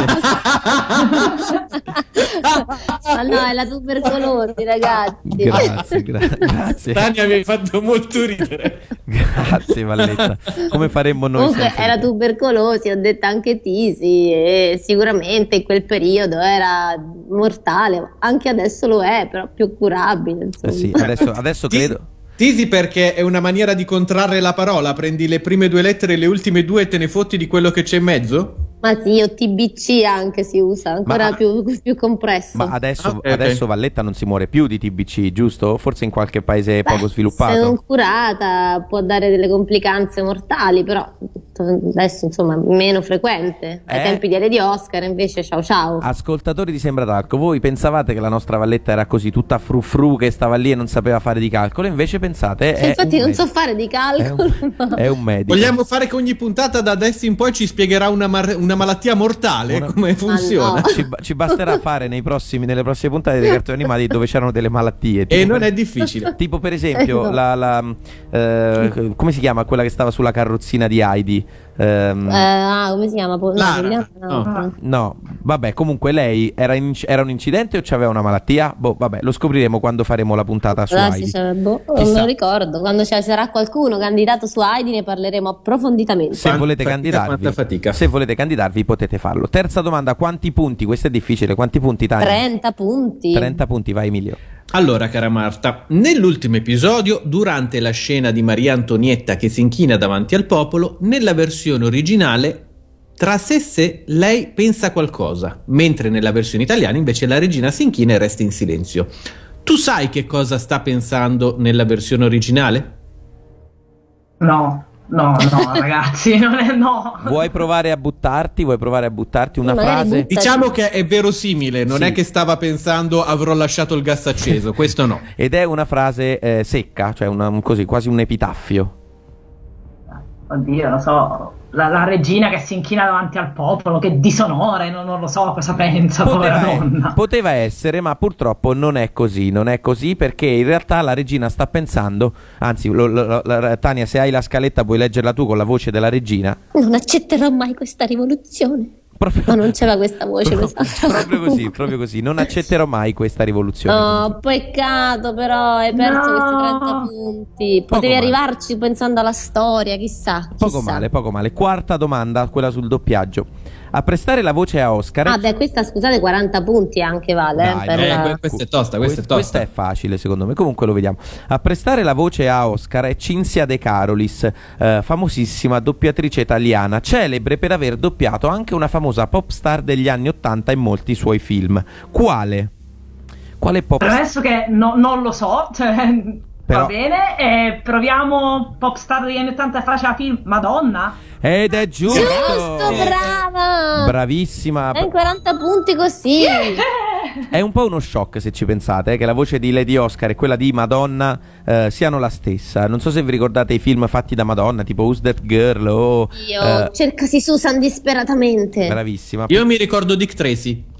Ma no, è la tubercolosi, ragazzi. Grazie, gra- grazie. Tania, mi hai fatto molto ridere. Grazie Valletta. Come faremmo noi Comunque senza era di te? tubercolosi, ho detto anche tisi, e sicuramente in quel periodo era mortale, anche adesso lo è, però più curabile. Insomma. Eh sì, adesso, adesso Tisi- credo. Tisi perché è una maniera di contrarre la parola. Prendi le prime due lettere e le ultime due e te ne fotti di quello che c'è in mezzo? Ma sì, o T B C anche si usa, ancora Ma- più, più compresso. Ma adesso, Ok, ok. adesso Valletta non si muore più di T B C, giusto? Forse in qualche paese Beh, poco se sviluppato. non curata può dare delle complicanze mortali, però adesso insomma meno frequente. Ai Eh? tempi di di Oscar invece ciao ciao. Ascoltatori di Sembra Talco, voi pensavate che la nostra Valletta era così tutta frufru che stava lì e non sapeva fare di calcolo, invece pensate è Infatti un non medico. so fare di È calcolo. un, ma- è un medico. Vogliamo fare che ogni puntata da adesso in poi ci spiegherà una, mar- una malattia mortale? Una- Come funziona? no. Ci, ba- ci basterà fare nei prossimi, nelle prossime puntate dei cartoni animati dove c'erano delle malattie. E tipo non per- è difficile. Tipo per esempio Eh, no. la, la, eh, come si chiama quella che stava sulla carrozzina di Heidi? Ehm, Eh, ah, come si chiama? Po- no, Lara. Giuliana, No. no. No, vabbè, comunque lei era, in- era un incidente o c'aveva una malattia? Boh, vabbè, lo scopriremo quando faremo la puntata su Allora, sì, Heidi. cioè, boh, non Chissà. me lo ricordo. Quando ci sarà qualcuno candidato su Heidi ne parleremo approfonditamente. Se Quanta volete fatica, candidarvi, quanta fatica. se volete candidarvi potete farlo. Terza domanda, quanti punti? Questa è difficile, quanti punti Tania? trenta punti. trenta punti, vai Emilio. Allora, cara Marta, nell'ultimo episodio, durante la scena di Maria Antonietta che si inchina davanti al popolo, nella versione originale, tra sé e sé lei pensa qualcosa, mentre nella versione italiana invece la regina si inchina e resta in silenzio. Tu sai che cosa sta pensando nella versione originale? No, no, no, ragazzi, non è no. Vuoi provare a buttarti? Vuoi provare a buttarti una Magari frase? butta- Diciamo che è verosimile, non Sì. è che stava pensando avrò lasciato il gas acceso, questo no. Ed è una frase eh, secca, cioè una- un- così, quasi un epitaffio. Oddio, lo so, la, la regina che si inchina davanti al popolo, che disonore, non, non lo so cosa pensa, povera Poteva, donna. poteva essere, ma purtroppo non è così. Non è così perché in realtà la regina sta pensando. Anzi, lo- lo- la- Tania, se hai la scaletta, puoi leggerla tu con la voce della regina. Non accetterò mai questa rivoluzione. Proprio, Ma non c'era questa voce. proprio, quest'altra. proprio così, proprio così. Non accetterò mai questa rivoluzione. Oh, peccato però, hai perso No. questi trenta punti. Poco Potevi male. arrivarci pensando alla storia, chissà. Poco chissà. male, poco male. Quarta domanda, quella sul doppiaggio. A prestare la voce a Oscar. Ah, beh, questa scusate, quaranta punti anche vale. eh, Dai, per no, la- que- questa è tosta, questa è Quest- Questa tosta. è facile secondo me, comunque lo vediamo. A prestare la voce a Oscar è Cinzia De Carolis, eh, famosissima doppiatrice italiana, celebre per aver doppiato anche una famosa pop star degli anni ottanta in molti suoi film. Quale? Quale pop star? Adesso che no- non lo so, cioè, Però- va bene, e proviamo Popstar degli anni ottanta faccia film Madonna. Ed è giusto! Giusto, brava! Bravissima! È in quaranta punti così. È un po' uno shock se ci pensate, eh, che la voce di Lady Oscar e quella di Madonna eh, siano la stessa. Non so se vi ricordate i film fatti da Madonna, tipo Who's That Girl o... Io eh, cercasi Susan disperatamente. bravissima. Io mi ricordo Dick Tracy.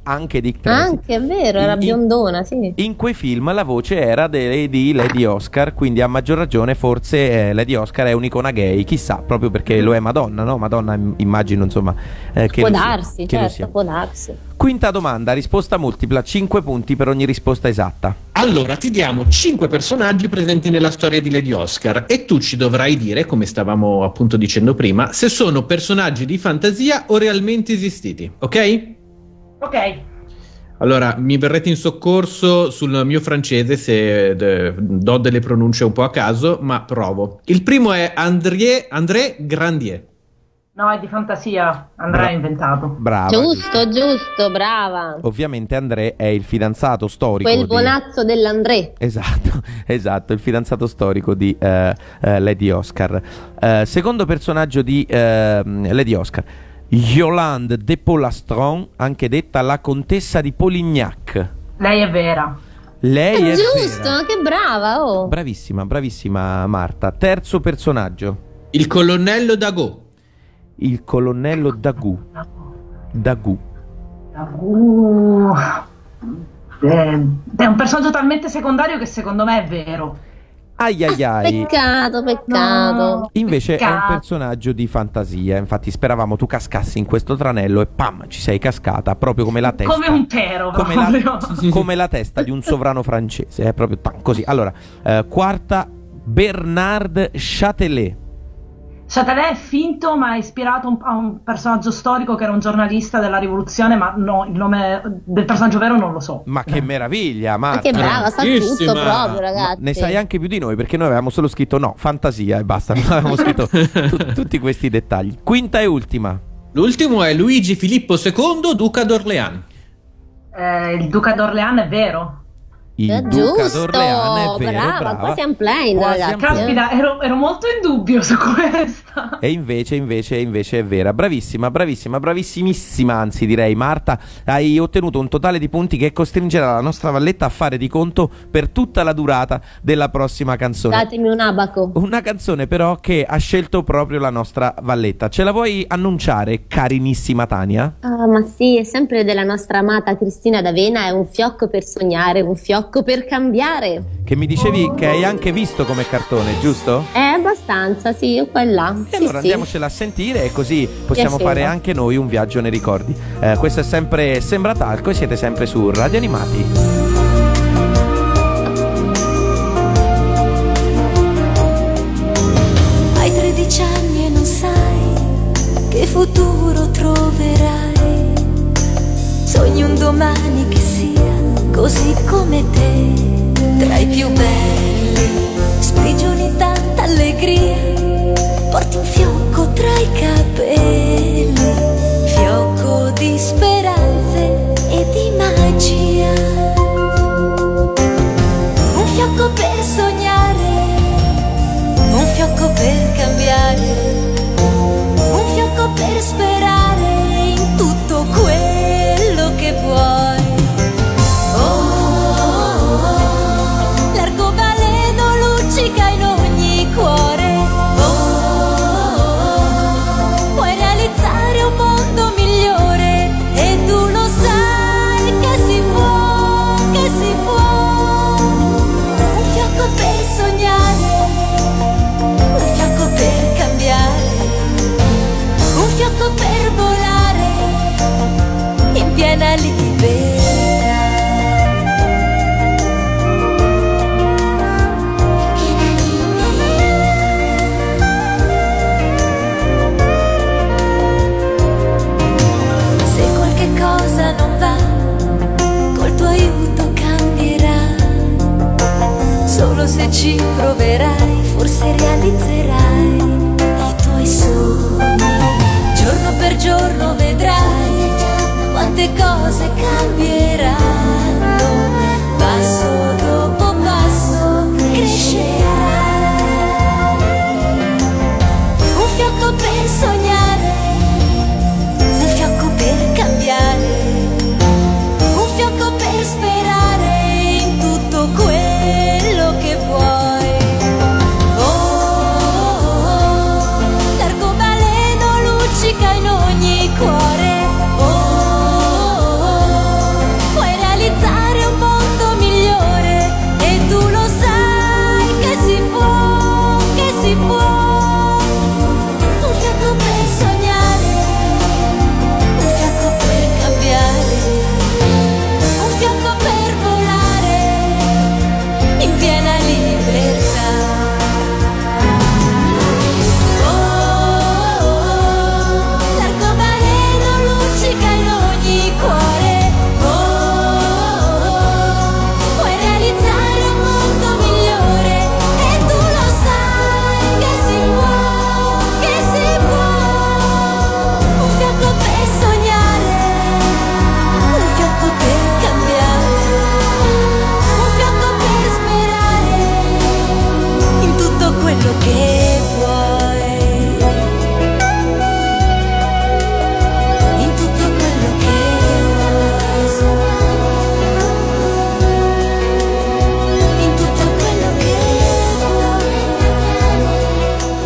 anche Dick Tracy. Anche, è vero, era In- biondona, sì. In quei film la voce era de- di Lady Oscar, quindi a maggior ragione forse eh, Lady Oscar è un'icona gay, chissà, proprio perché lo è Madonna, no? Madonna im- immagino, insomma, eh, che Può lo sia, darsi, che lo certo, sia. può darsi. Quinta domanda, risposta multipla, cinque punti per ogni risposta esatta. Allora ti diamo cinque personaggi presenti nella storia di Lady Oscar e tu ci dovrai dire, come stavamo appunto dicendo prima, se sono personaggi di fantasia o realmente esistiti, ok? Ok. Allora, mi verrete in soccorso sul mio francese se eh, do delle pronunce un po' a caso, ma provo. Il primo è André, André Grandier. No, è di fantasia. Andrea Bra- ha inventato. Brava. Giusto, giusto, brava. Ovviamente André è il fidanzato storico Quel di... bonazzo dell'André. Esatto, esatto, il fidanzato storico di eh, eh, Lady Oscar. Eh, secondo personaggio di eh, Lady Oscar, Yolande de Polastron, anche detta la contessa di Polignac. Lei è vera. Lei è Giusto, vera. ma che brava, oh. Bravissima, bravissima Marta. Terzo personaggio, Il colonnello Dagot. il colonnello Dagu. Dagu. Uh, eh, è un personaggio talmente secondario che secondo me è vero. Ai ai ai. Peccato, peccato. No. Invece è un Peccato. personaggio di fantasia. Infatti speravamo tu cascassi in questo tranello e pam, ci sei cascata, proprio come la testa. Come un tero, come proprio. la, come la testa di un sovrano francese, è proprio tan, così. Allora, eh, quarta, Bernard Châtelet. Châtelet è finto, ma è ispirato un- a un personaggio storico che era un giornalista della rivoluzione, ma no, il nome del personaggio vero non lo so. Ma che meraviglia, Ma Marta. che brava, sa tutto bravissima. proprio, ragazzi. Ne sai anche più di noi, perché noi avevamo solo scritto no, fantasia e basta, non avevamo scritto tu- tutti questi dettagli. Quinta e ultima. L'ultimo è Luigi Filippo secondo, duca d'Orléans. Eh, il duca d'Orléans è vero. Il Eh, duca giusto, d'Orléans, è vero, brava, brava. quasi unblind, Quasi ragazzi. unblind. Caspita, ero, ero molto in dubbio su questa. E invece, invece, invece è vera. Bravissima, bravissima, bravissimissima, anzi direi Marta. Hai ottenuto un totale di punti che costringerà la nostra Valletta a fare di conto per tutta la durata della prossima canzone. Datemi un abaco. Una canzone però che ha scelto proprio la nostra Valletta. Ce la vuoi annunciare, carinissima Tania? Ah, ma sì, è sempre della nostra amata Cristina D'Avena, è un fiocco per sognare, un fiocco per cambiare. Che mi dicevi che hai anche visto come cartone, giusto? È abbastanza, sì, io qua e là. E Sì, allora sì. andiamocela a sentire e così possiamo Piaceva. fare anche noi un viaggio nei ricordi. Eh, questo è sempre Sembra Talco e siete sempre su Radio Animati. Hai tredici anni e non sai che futuro troverai. Sogni un domani che sia così come te, tra i più belli, sprigioni tanta allegria, porti un fiocco tra i capelli, fiocco di speranze e di magia, un fiocco per sognare, un fiocco per cambiare, un fiocco per sperare in tutto quello che vuoi. Oh, l'arcobaleno luccica in ogni cuore,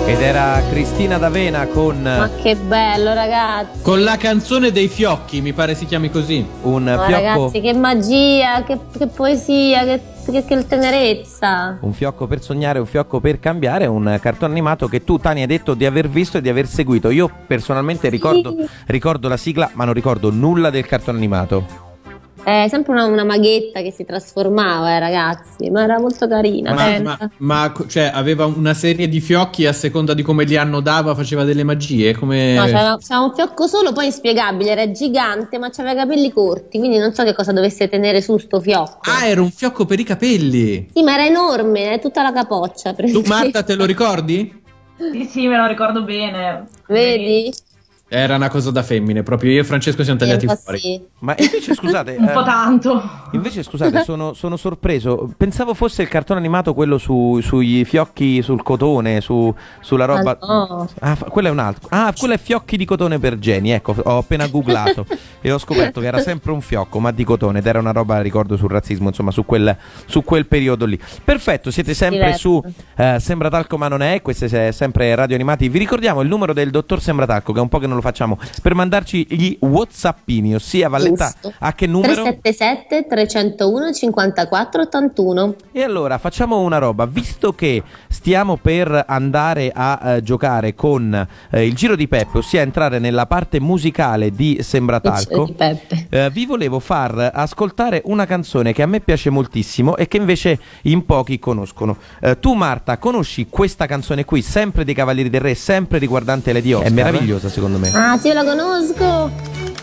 Ed era Cristina D'Avena con Ma che bello, ragazzi. Con la canzone dei fiocchi, mi pare si chiami così. un Ma fiocco, ragazzi, che magia, che, che poesia, che, che, che tenerezza. un fiocco per sognare, un fiocco per cambiare, un cartone animato che tu, Tani, hai detto di aver visto e di aver seguito. Io personalmente ricordo, ricordo la sigla, ma non ricordo nulla del cartone animato. È sempre una, una maghetta che si trasformava, eh, ragazzi, ma era molto carina. Ma, pensa. ma, ma, cioè, aveva una serie di fiocchi a seconda di come li annodava, faceva delle magie. Come... No, c'era, c'era un fiocco solo, poi inspiegabile, era gigante, ma c'aveva i capelli corti, quindi non so che cosa dovesse tenere su sto fiocco. Ah, era un fiocco per i capelli. Sì, ma era enorme, è tutta la capoccia. per Tu, esempio. Marta, te lo ricordi? Sì, sì, me lo ricordo bene. Vedi? Era una cosa da femmine, proprio io e Francesco siamo tagliati Eh, fuori. sì. Ma invece scusate, Un po' eh, tanto. invece scusate, sono, sono sorpreso. Pensavo fosse il cartone animato quello su, sui fiocchi sul cotone, su, sulla roba. Ah, no. Ah, fa- quello è un altro. Ah, quello è fiocchi di cotone per geni. Ecco, ho appena googlato e ho scoperto che era sempre un fiocco, ma di cotone. Ed era una roba, ricordo, sul razzismo, insomma, su quel, su quel periodo lì. Perfetto, siete sempre Diverso. su eh, Sembra Talco ma non è. Questo è sempre Radio Animati. Vi ricordiamo il numero del dottor Sembra Talco, che è un po' che non lo facciamo, per mandarci gli whatsappini, ossia Valletta, Giusto. a che numero? tre sette sette tre zero uno cinquantaquattro ottantuno. E allora facciamo una roba, visto che stiamo per andare a eh, giocare con eh, il Giro di Peppe, ossia entrare nella parte musicale di Sembra Talco, di Peppe. eh, vi volevo far ascoltare una canzone che a me piace moltissimo e che invece in pochi conoscono. Eh, tu, Marta, conosci questa canzone qui, sempre dei Cavalieri del Re, sempre riguardante Lady Oscar? È meravigliosa secondo me. Ah, sì, io la conosco.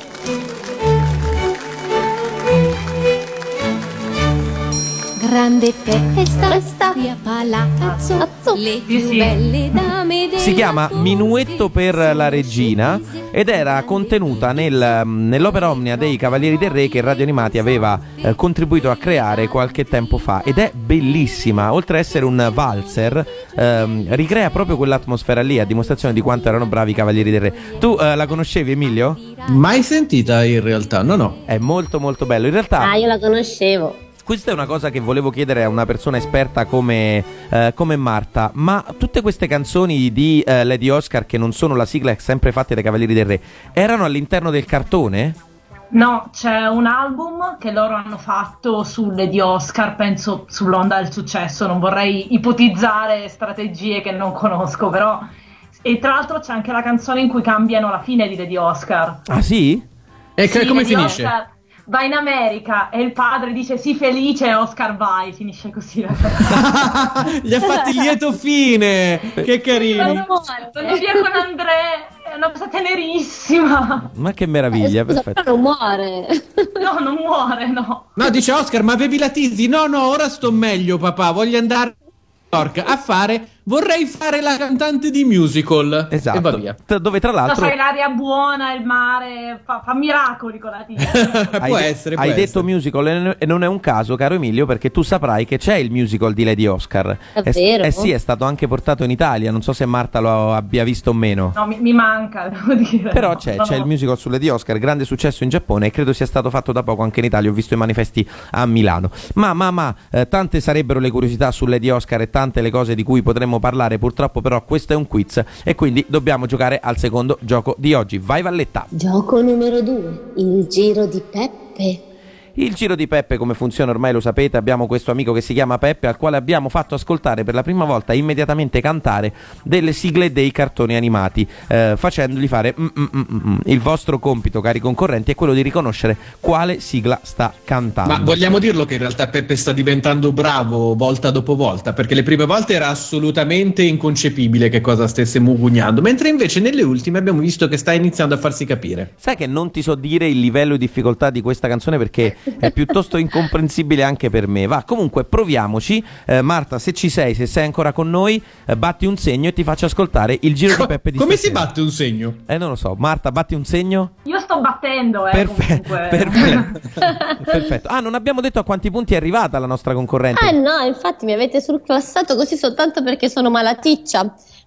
Grande festa, qui a palazzo, le più Sì, sì. belle dame della Si chiama corte. Minuetto per la regina ed era contenuta nel, nell'opera omnia dei Cavalieri del Re che Radio Animati aveva eh, contribuito a creare qualche tempo fa, ed è bellissima. Oltre ad essere un valzer, ehm, ricrea proprio quell'atmosfera lì, a dimostrazione di quanto erano bravi i Cavalieri del Re. Tu eh, la conoscevi, Emilio? Mai sentita in realtà, no no. È molto molto bello. In realtà Ah, io la conoscevo. questa è una cosa che volevo chiedere a una persona esperta come, eh, come Marta. Ma tutte queste canzoni di eh, Lady Oscar, che non sono la sigla sempre fatte dai Cavalieri del Re, erano all'interno del cartone? No, c'è un album che loro hanno fatto sulle di Oscar, penso sull'onda del successo, non vorrei ipotizzare strategie che non conosco, però... E tra l'altro c'è anche la canzone in cui cambiano la fine di Lady Oscar. Ah sì? E che- Sì, come Lady finisce? Oscar va in America e il padre dice sì felice e Oscar vai, finisce così. Gli ha fatti il lieto fine. Che carini. Vanno via con André, è una cosa tenerissima. Ma che meraviglia, Eh, scusa, perfetto. però non muore. No, non muore, no. No, dice Oscar, ma avevi la tisi? No, no, ora sto meglio, papà. Voglio andare a New York a fare. Vorrei fare la cantante di musical. Esatto. E va via. T- Dove tra Lo l'altro sai, l'aria buona, il mare, fa, fa miracoli con la tigre. hai, può de- essere, può hai essere. detto musical e n- e non è un caso, caro Emilio, perché tu saprai che c'è il musical di Lady Oscar. Davvero? Eh sì, è stato anche portato in Italia. Non so se Marta lo abbia visto o meno. No, mi, mi manca, devo dire. Però No, c'è, no, c'è no. il musical su Lady Oscar, grande successo in Giappone, e credo sia stato fatto da poco anche in Italia. Ho visto i manifesti a Milano. Ma, ma, ma, eh, tante sarebbero le curiosità su Lady Oscar e tante le cose di cui potremmo parlare. Purtroppo però questo è un quiz e quindi dobbiamo giocare al secondo gioco di oggi. Vai Valletta! Gioco numero due, il giro di Peppe. Il Giro di Peppe, come funziona ormai lo sapete, abbiamo questo amico che si chiama Peppe, al quale abbiamo fatto ascoltare per la prima volta immediatamente cantare delle sigle dei cartoni animati, eh, facendogli fare mm, mm, mm, mm. Il vostro compito, cari concorrenti, è quello di riconoscere quale sigla sta cantando. Ma vogliamo dirlo che in realtà Peppe sta diventando bravo volta dopo volta, perché le prime volte era assolutamente inconcepibile che cosa stesse mugugnando, mentre invece nelle ultime abbiamo visto che sta iniziando a farsi capire. Sai che non ti so dire il livello di difficoltà di questa canzone, perché è piuttosto incomprensibile anche per me. Va, comunque proviamoci. eh, Marta, se ci sei, se sei ancora con noi, eh, batti un segno e ti faccio ascoltare il Giro Co- di Peppe di come stasera. si batte un segno? Eh non lo so. Marta, batti un segno. Io sto battendo, eh, Perfetto, comunque. perfetto. Perfetto. Ah, non abbiamo detto a quanti punti è arrivata la nostra concorrente. Ah no, infatti mi avete surclassato così soltanto perché sono malaticcia.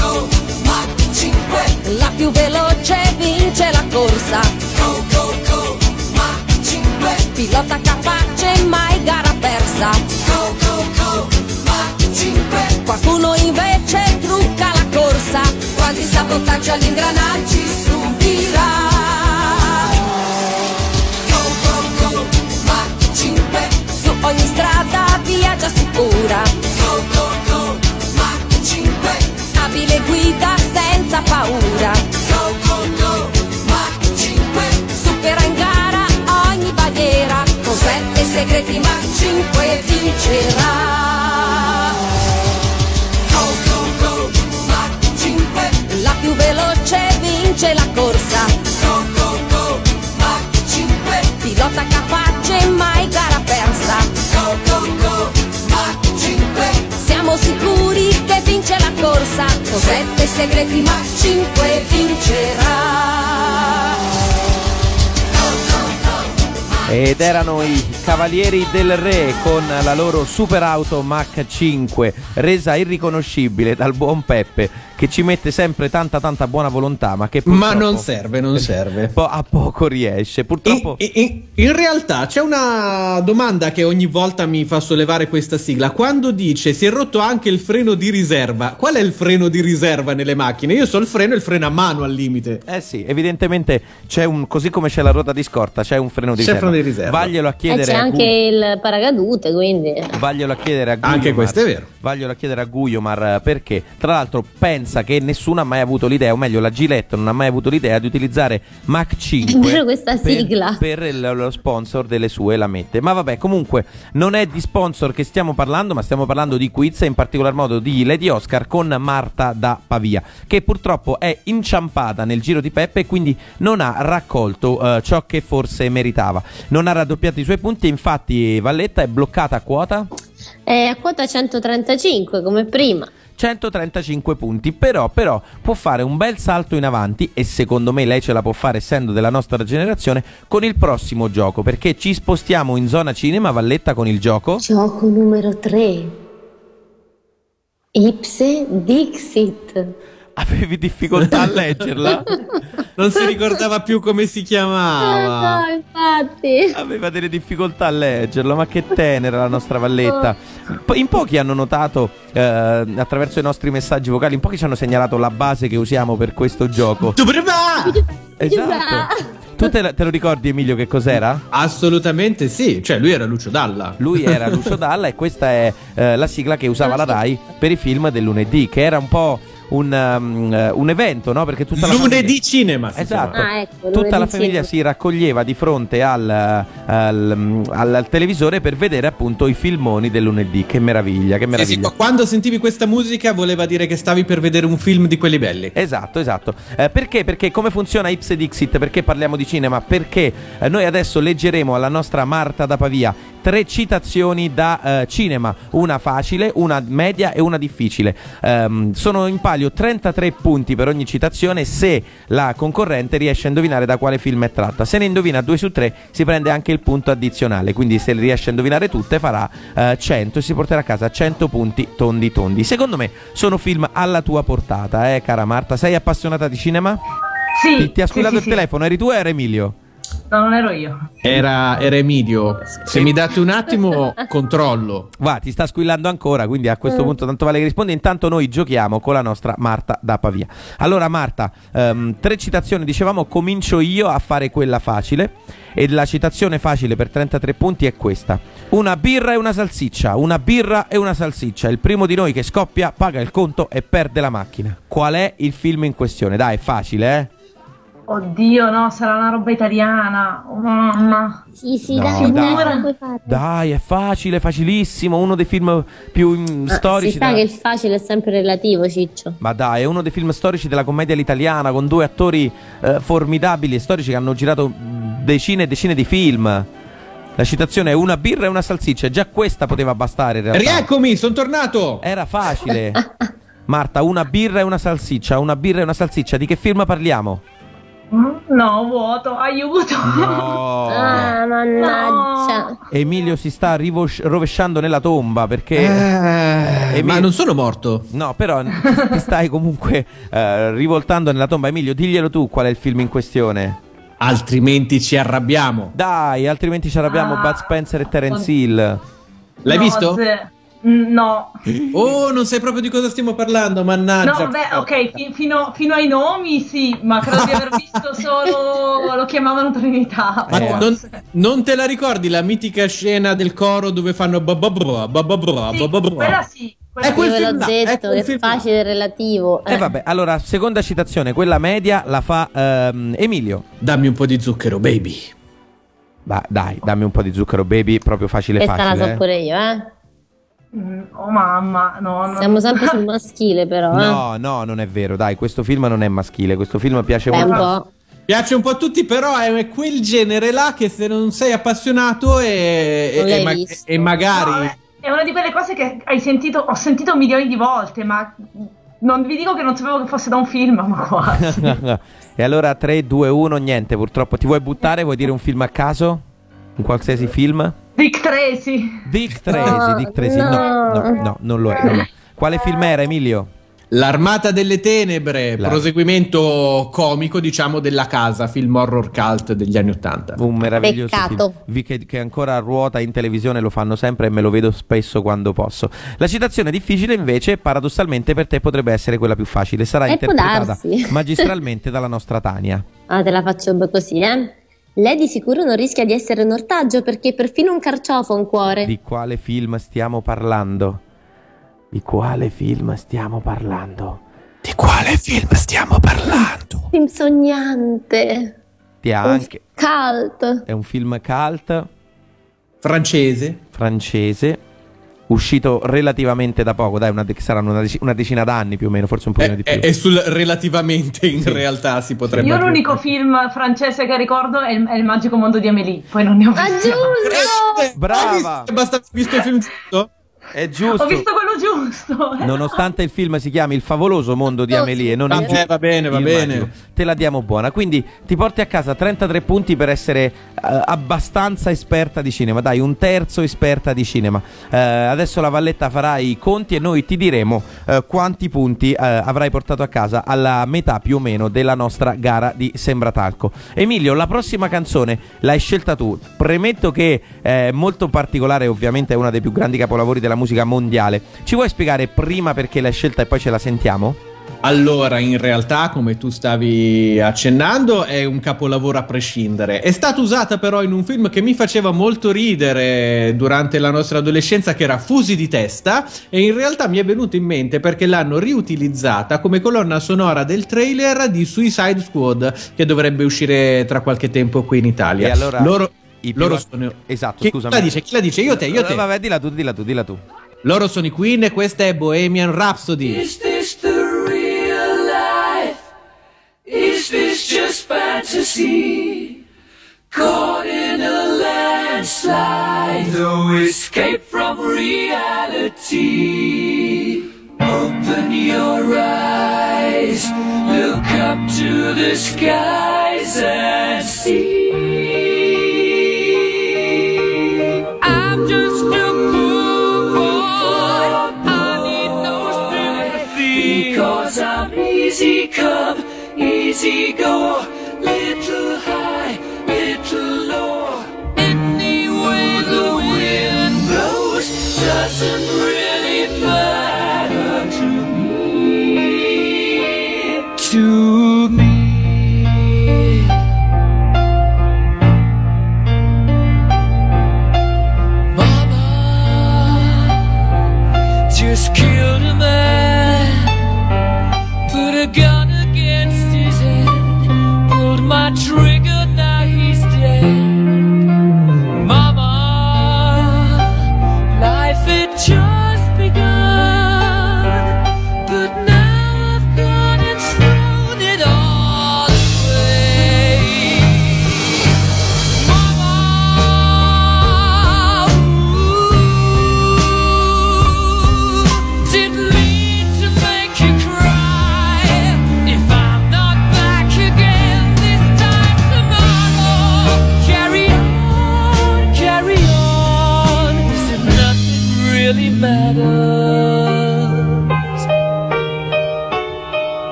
più veloce vince la corsa. Go, go, go, Mach cinque. Pilota capace, mai gara persa. Go, go, go, Mach cinque. Qualcuno invece trucca la corsa, quanti sabotaggi agli ingranaggi subirà. Go, go, go, Mach cinque. Su ogni strada viaggia sicura. Go, go, go, Mach cinque. Abile guida senza paura. Go, go, go, Mach cinque. Supera in gara ogni barriera, con sette segreti Mach cinque vincerà. Go, go, go, Mach cinque. La più veloce vince la corsa. Go, go, go, Mach cinque. Pilota capace, mai gara persa. Go, go, go, Mach cinque. Siamo sicuri che vince la corsa, con sette segreti Mach cinque vincerà. Ed erano i Cavalieri del Re con la loro superauto Mach cinque, resa irriconoscibile dal buon Peppe, che ci mette sempre tanta tanta buona volontà, ma che ma non serve, non serve. Po- a poco riesce, purtroppo. In, in, in realtà c'è una domanda che ogni volta mi fa sollevare questa sigla. Quando dice si è rotto anche il freno di riserva, qual è il freno di riserva nelle macchine? Io so il freno e il freno a mano al limite. Eh sì, evidentemente c'è un, così come c'è la ruota di scorta, c'è un freno di c'è riserva. Freno di riserva. Vaglielo a chiedere E c'è a anche Gu- il paracadute, quindi. Vaglielo a chiedere a Guiomar. Anche questo è vero. Vaglielo a chiedere a Guiomar, perché tra l'altro pensa che nessuno ha mai avuto l'idea, o meglio la Gillette non ha mai avuto l'idea di utilizzare Mach cinque È vero, questa sigla. per, per il, lo sponsor delle sue lamette. Ma vabbè, comunque non è di sponsor che stiamo parlando, ma stiamo parlando di quiz, e in particolar modo di Lady Oscar con Marta da Pavia, che purtroppo è inciampata nel giro di Peppe e quindi non ha raccolto uh, ciò che forse meritava. Non ha raddoppiato i suoi punti e infatti Valletta è bloccata a quota? È a quota centotrentacinque come prima. centotrentacinque punti, però, però può fare un bel salto in avanti, e secondo me lei ce la può fare essendo della nostra generazione, con il prossimo gioco, perché ci spostiamo in zona cinema, Valletta, con il gioco Gioco numero tre. Ipse Dixit. Avevi difficoltà a leggerla? Non si ricordava più come si chiamava. No, infatti. Aveva delle difficoltà a leggerlo, ma che tenera la nostra Valletta. Po- In pochi hanno notato, eh, attraverso i nostri messaggi vocali, in pochi ci hanno segnalato la base che usiamo per questo gioco. Esatto. Tu te, la- te lo ricordi, Emilio, che cos'era? Assolutamente sì, cioè lui era Lucio Dalla. Lui era Lucio Dalla e questa è eh, la sigla che usava la Rai per i film del lunedì, che era un po' un, um, un evento, no? Perché tutta la Lunedì famiglia... cinema. Esatto. Ah, ecco, Tutta la lunedì famiglia cinema. si raccoglieva di fronte al, al, al, al televisore per vedere appunto i filmoni del lunedì. Che meraviglia, che Sì, sì, meraviglia. quando sentivi questa musica voleva dire che stavi per vedere un film di quelli belli. Esatto, esatto. Eh, perché? Perché come funziona Ipse Dixit? Perché parliamo di cinema? Perché eh, noi adesso leggeremo alla nostra Marta da Pavia tre citazioni da eh, cinema, una facile, una media e una difficile. Ehm, sono in palio trentatré punti per ogni citazione se la concorrente riesce a indovinare da quale film è tratta. Se ne indovina due su tre si prende anche il punto addizionale, quindi se le riesce a indovinare tutte farà eh, cento e si porterà a casa cento punti tondi tondi. Secondo me sono film alla tua portata, eh cara Marta. Sei appassionata di cinema? Sì. Ti, ti ha squillato sì, sì, il telefono, eri tu o era Emilio? No, non ero io. Era, era Emilio. Se mi date un attimo, controllo. Va, ti sta squillando ancora, quindi a questo punto tanto vale che rispondi. Intanto noi giochiamo con la nostra Marta da Pavia. Allora Marta, ehm, tre citazioni, dicevamo, comincio io a fare quella facile. E la citazione facile per trentatré punti è questa: una birra e una salsiccia, una birra e una salsiccia. Il primo di noi che scoppia paga il conto e perde la macchina. Qual è il film in questione? Dai, è facile, eh? Oddio, no, sarà una roba italiana. Oh, mamma. Sì, sì, No, dai, dai. dai, puoi fare. Dai, è facile, facilissimo. Uno dei film più mm, Ah, storici si sa della- che il facile è sempre relativo, Ciccio. Ma dai, è uno dei film storici della commedia all'italiana, con due attori eh, formidabili e storici che hanno girato mm, decine e decine di film. La citazione è una birra e una salsiccia. Già questa poteva bastare in realtà. Rieccomi, sono tornato. Era facile. Marta, una birra e una salsiccia, una birra e una salsiccia. Di che film parliamo? No, vuoto, aiuto. No. Ah, mannaggia. No. Emilio si sta rivos- rovesciando nella tomba perché Eh, Emilio- Ma non sono morto. No, però ti, ti stai comunque eh, rivoltando nella tomba. Emilio, diglielo tu qual è il film in questione. Altrimenti ci arrabbiamo. Dai, altrimenti ci arrabbiamo. Ah. Bud Spencer e Terence Hill. L'hai No, visto? ze- Mm, No, Oh, non sai proprio di cosa stiamo parlando, no, mannaggia. vabbè, ok, fi- fino, fino ai nomi sì, ma credo di aver visto solo, lo chiamavano Trinità. Ma Eh. non, non te la ricordi la mitica scena del coro dove fanno ba ba bra, ba ba bra, Sì, ba ba bra? quella sì, quella È quel Io ve film l'ho là, detto, è quel è film là. facile e relativo. E eh. vabbè, allora, seconda citazione, quella media la fa ehm, Emilio. Dammi un po' di zucchero, baby. Bah, dai, dammi un po' di zucchero, baby, proprio facile Questa la facile. so eh. pure io, eh. Mm, oh mamma, no, no. Siamo sempre sul maschile, però. eh. No, no, non è vero, dai, questo film non è maschile, questo film piace Beh, un molto. po'. Piace un po' a tutti, però è quel genere là che se non sei appassionato e, Non e, l'hai ma- visto. e magari... No, è- è una di quelle cose che hai sentito, ho sentito milioni di volte, ma non vi dico che non sapevo che fosse da un film, ma quasi. E allora tre, due, uno, niente, purtroppo. Ti vuoi buttare? Vuoi dire un film a caso? Un qualsiasi film? Dick Tracy. Dick Tracy, No, Dick Tracy. No, no. no, no, non lo è. non lo è. Quale film era, Emilio? L'Armata delle Tenebre, La- proseguimento comico, diciamo, della Casa, film horror cult degli anni Ottanta. Un meraviglioso Peccato. film Vi- che, che ancora ruota in televisione, lo fanno sempre e me lo vedo spesso quando posso. La citazione difficile invece paradossalmente per te potrebbe essere quella più facile. Sarà Eh, può interpretata darsi. magistralmente dalla nostra Tania. Ah, te la faccio così, eh. Lei di sicuro non rischia di essere un ortaggio perché perfino un carciofo ha un cuore. Di quale film stiamo parlando? Di quale film stiamo parlando? Di quale film stiamo parlando? Film sognante. Ti ha Un anche cult. È un film cult Francese. francese uscito relativamente da poco, dai, una de- saranno una, dec- una decina d'anni più o meno, forse un pochino E di più. Eh, sul relativamente in realtà si potrebbe... Io l'unico film francese che ricordo è il, è il Magico Mondo di Amélie, poi non ne ho Ah, visto. giusto! Brava! Basta visto il film giusto? È giusto. Ho visto quello giusto. Nonostante il film si chiami Il favoloso mondo di Amélie e non il Eh, va bene, va il bene. magico, te la diamo buona. Quindi ti porti a casa trentatré punti per essere eh, abbastanza esperta di cinema. Dai, un terzo esperta di cinema. Eh, adesso la Valletta farà i conti e noi ti diremo eh, quanti punti eh, avrai portato a casa alla metà più o meno della nostra gara di Sembratalco. Emilio, la prossima canzone l'hai scelta tu. Premetto che è molto particolare, ovviamente è uno dei più grandi capolavori della musica mondiale. Ci vuoi spiegare prima perché l'hai scelta e poi ce la sentiamo? Allora, in realtà, come tu stavi accennando, è un capolavoro a prescindere. È stata usata però in un film che mi faceva molto ridere durante la nostra adolescenza, che era Fusi di testa, e in realtà mi è venuto in mente perché l'hanno riutilizzata come colonna sonora del trailer di Suicide Squad, che dovrebbe uscire tra qualche tempo qui in Italia. E allora loro i loro piloti- sono... Esatto, Chi scusami. la dice? Chi la dice? Io te, io te. Eh, vabbè, dilla tu, dilla tu, dilla tu. Loro sono i Queen e questa è Bohemian Rhapsody. Is this the real life? Is this just fantasy? Caught in a landslide, no escape from reality. Open your eyes, look up to the skies and see. I'm just a poor boy, I need no sympathy, because I'm easy come, easy go, little high, little low. Any way the wind blows doesn't really matter to me, to me. Just killed a man, put a gun against his head, pulled my trigger, now he's dead. Mama, life had just begun, but now I've gone and thrown it all away. Mama, didn't mean to make you cry. If I'm not back again this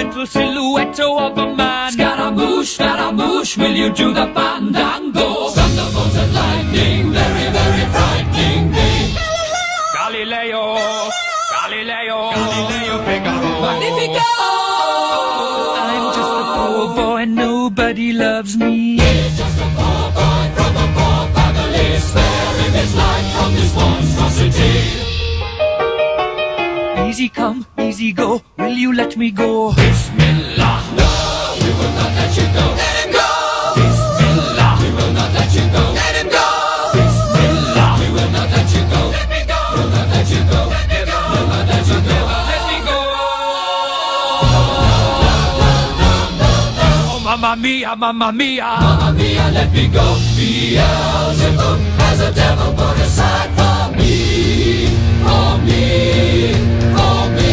gentle silhouette of a man. Scaramouche, Scaramouche, will you do the fandango? Thunderbolt and lightning, very, very frightening me. Galileo, Galileo, Galileo Figaro. Magnifico! I'm just a poor boy, nobody loves me. He's just a poor boy from a poor family, sparing his life from this monstrosity. Easy come, easy go, will you let me go? Bismillah, no, we will not let you go. Let him go! Bismillah, we will not let you go. Let him go! Bismillah, we will not let you go. Let me go! We'll not let you go. Let me go! We'll not let you go. Let me go! Oh, mamma mia, mamma mia, mamma mia, let me go. Beelzebub has a devil put aside for me, for me, for me.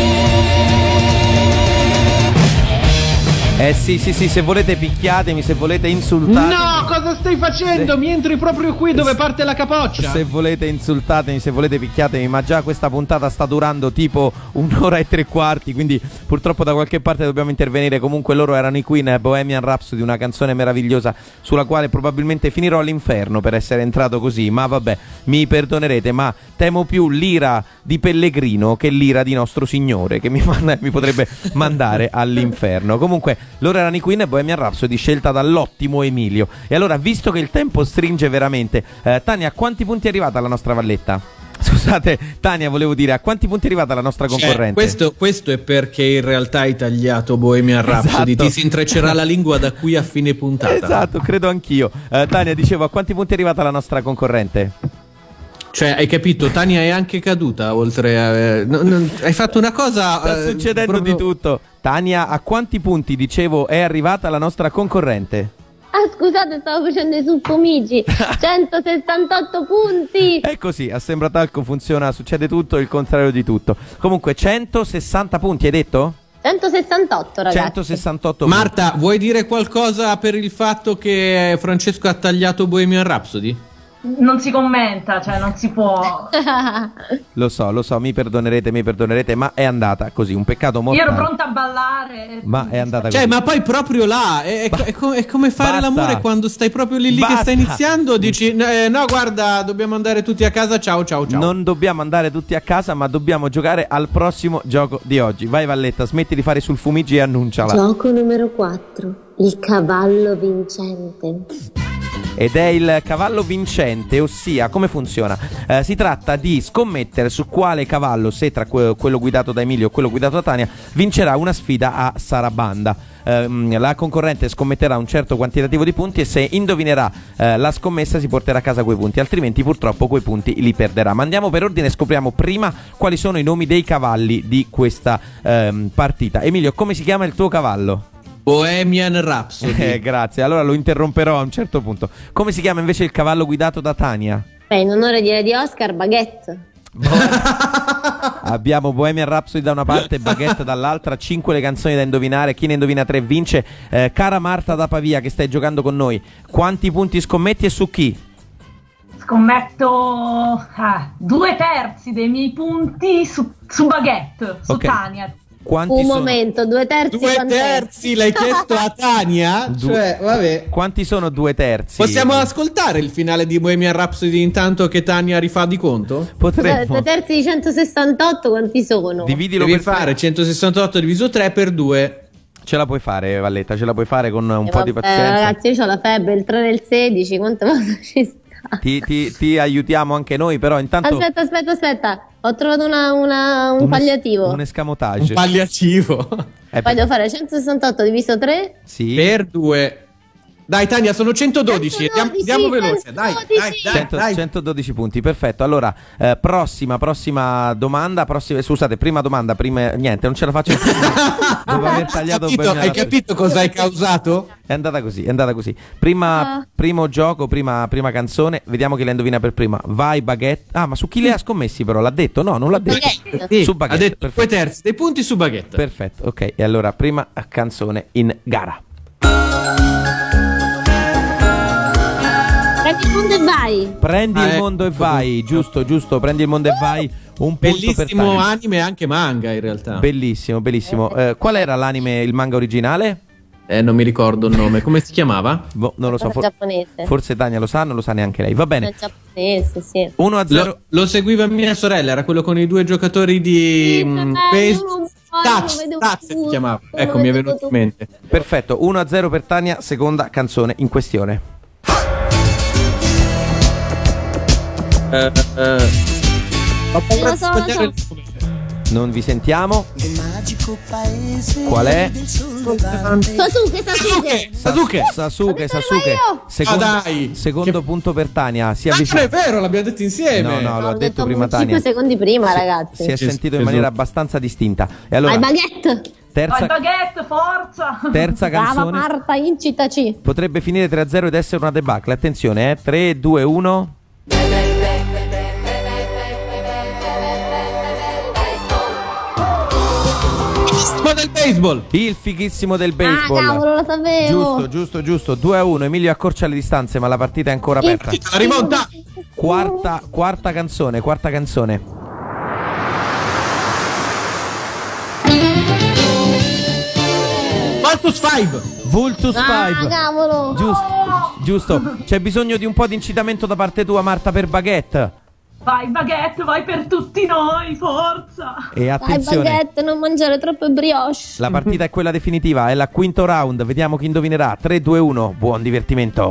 Eh sì, sì, sì, se volete picchiatemi, se volete insultatemi. No, cosa stai facendo? Se... Mi entri proprio qui dove parte la capoccia. Se volete insultatemi, se volete picchiatemi, ma già questa puntata sta durando tipo un'ora e tre quarti, quindi purtroppo da qualche parte dobbiamo intervenire. Comunque loro erano i Queen, Bohemian Rhapsody, una canzone meravigliosa sulla quale probabilmente finirò all'inferno per essere entrato così, ma vabbè, mi perdonerete, ma temo più l'ira di Pellegrino che l'ira di nostro Signore, che mi, manda, mi potrebbe mandare all'inferno. Comunque loro erano i Queen e Bohemian Rhapsody, scelta dall'ottimo Emilio. E allora, visto che il tempo stringe veramente, eh, Tania, a quanti punti è arrivata la nostra Valletta? Scusate, Tania, volevo dire, a quanti punti è arrivata la nostra concorrente? Cioè, questo, questo è perché in realtà hai tagliato Bohemian Rhapsody. Esatto. Ti si intreccerà la lingua da qui a fine puntata. Esatto, credo anch'io. eh, Tania, dicevo, a quanti punti è arrivata la nostra concorrente? Cioè, hai capito, Tania è anche caduta, oltre a... Eh, no, no, hai fatto una cosa... Sta eh, succedendo proprio... di tutto. Tania, a quanti punti, dicevo, è arrivata la nostra concorrente? Ah, scusate, stavo facendo i suppomigi. centosessantotto punti. È così, a Sembratalco funziona, succede tutto, il contrario di tutto. Comunque, centosessanta punti, hai detto? centosessantotto, ragazzi. centosessantotto Marta, vuoi dire qualcosa per il fatto che Francesco ha tagliato Bohemian Rhapsody? Non si commenta, cioè non si può. Lo so, lo so, mi perdonerete, mi perdonerete, ma è andata così, un peccato Io mortale. ero pronta a ballare. Ma è andata Cioè, così. ma poi proprio là, è, è, è, come, è come fare Basta. l'amore quando stai proprio lì lì Basta. che stai iniziando, dici eh, no guarda, dobbiamo andare tutti a casa, ciao ciao ciao. Non dobbiamo andare tutti a casa, ma dobbiamo giocare al prossimo gioco di oggi. Vai Valletta, smetti di fare sul fumigi e annunciala. Gioco numero quattro. Il cavallo vincente. Ed è il cavallo vincente, ossia, come funziona? Eh, si tratta di scommettere su quale cavallo, se tra que- quello guidato da Emilio o quello guidato da Tania, vincerà una sfida a Sarabanda. Eh, la concorrente scommetterà un certo quantitativo di punti e se indovinerà eh, la scommessa si porterà a casa quei punti, altrimenti purtroppo quei punti li perderà. Ma andiamo per ordine e scopriamo prima quali sono i nomi dei cavalli di questa ehm, partita. Emilio, come si chiama il tuo cavallo? Bohemian Rhapsody. Eh, grazie, allora lo interromperò a un certo punto. Come si chiama invece il cavallo guidato da Tania? Beh, in onore di Lady Oscar, Baguette. Abbiamo Bohemian Rhapsody da una parte e Baguette dall'altra. Cinque le canzoni da indovinare. Chi ne indovina tre vince. eh, Cara Marta da Pavia, che stai giocando con noi, quanti punti scommetti e su chi? Scommetto ah, due terzi dei miei punti su, su Baguette, su Ok. Tania. Quanti Un sono? momento, due terzi. Due quant'è? terzi l'hai chiesto a Tania? Du- Cioè, vabbè. Quanti sono due terzi? Possiamo ascoltare il finale di Bohemian Rhapsody intanto che Tania rifà di conto? Due, Potremmo. due terzi di centosessantotto quanti sono? Dividilo Devi per tre. fare centosessantotto diviso tre per due. Ce la puoi fare, Valletta, ce la puoi fare con un Eh, po' di vabbè, pazienza. ragazzi, io ho la febbre, il tre nel sedici, quante volte ci sta? Ti, ti- ti aiutiamo anche noi, però intanto Aspetta, aspetta, aspetta. Ho trovato una, una- un un es- palliativo. un escamotage. Un palliativo. Eh, Poi devo fare centosessantotto diviso tre. sì. Per due. Dai Tania, sono centododici. Andiamo, centododici, andiamo veloce. Dai, dai, dai, cento dai. centododici punti, perfetto. Allora, eh, prossima, prossima domanda. Prossima, scusate, prima domanda. Prima, niente, non ce la faccio più. Dopo aver tagliato Capito? Bohemian Hai Rhapsody. capito cosa hai causato? È andata così, è andata così. Prima, Ah. primo gioco, prima, prima canzone. Vediamo chi la indovina per prima. Vai, Baguette. Ah, ma su chi le ha scommessi, però? L'ha detto? No, non l'ha detto. Baguette. Sì, Su ha Baguette. detto perfetto. due terzi dei punti su Baguette. Perfetto, ok. E allora, prima canzone in gara. Prendi il mondo e vai. Prendi Ah, il ecco. mondo e vai, giusto, giusto, prendi il mondo e vai. Un punto per Bellissimo Tania. anime e anche manga in realtà. Bellissimo, bellissimo. Eh, qual era l'anime, il manga originale? Eh, non mi ricordo il nome. Come si chiamava? Boh, non lo so. È for- giapponese. forse Tania lo sa, non lo sa neanche lei. Va È bene. giapponese, sì. uno a zero. Lo, lo seguiva mia sorella, era quello con i due giocatori di Sì, mm, vabbè, Base- io non so, Touch, lo vedo Touch si tutto, chiamava. lo Ecco, mi è vedo venuto in tutto. mente. Perfetto, uno a zero per Tania, seconda canzone in questione. Eh, eh, ho paura Lo di so, lo sbagliare so. il nome. Non vi sentiamo. Qual è? Sasuke, Sasuke. Sasuke. Sasuke, Sasuke. io. Secondo, Ah, dai. secondo Che- punto per Tania. Si Ah, non avvicina. è vero, l'abbiamo detto insieme. No, no, l'ha L'ho detto prima cinque Tania. secondi prima, ragazzi. Si è Sì, sentito sì, in maniera esatto. abbastanza distinta. E Vai, allora, baguette. Vai terza, baguette, forza! terza Brava canzone. Marta, incitaci. Potrebbe finire tre a zero ed essere una debacle. Attenzione, eh. tre, due, uno. Ma del baseball. Il fighissimo del Ah, baseball. cavolo, lo sapevo. Giusto, giusto, giusto. due a uno. Emilio accorcia le distanze, ma la partita è ancora aperta. La rimonta. Quarta, quarta canzone, quarta canzone. Maltus cinque. Vultus Ah, cinque. cavolo. Giusto, giusto. C'è bisogno di un po' di incitamento da parte tua, Marta, per baguette. Vai baguette, vai per tutti noi, forza! E Dai, attenzione, baguette, non mangiare troppe brioche. la partita è quella definitiva, è la quinto round. Vediamo chi indovinerà. tre, due, uno. Buon divertimento.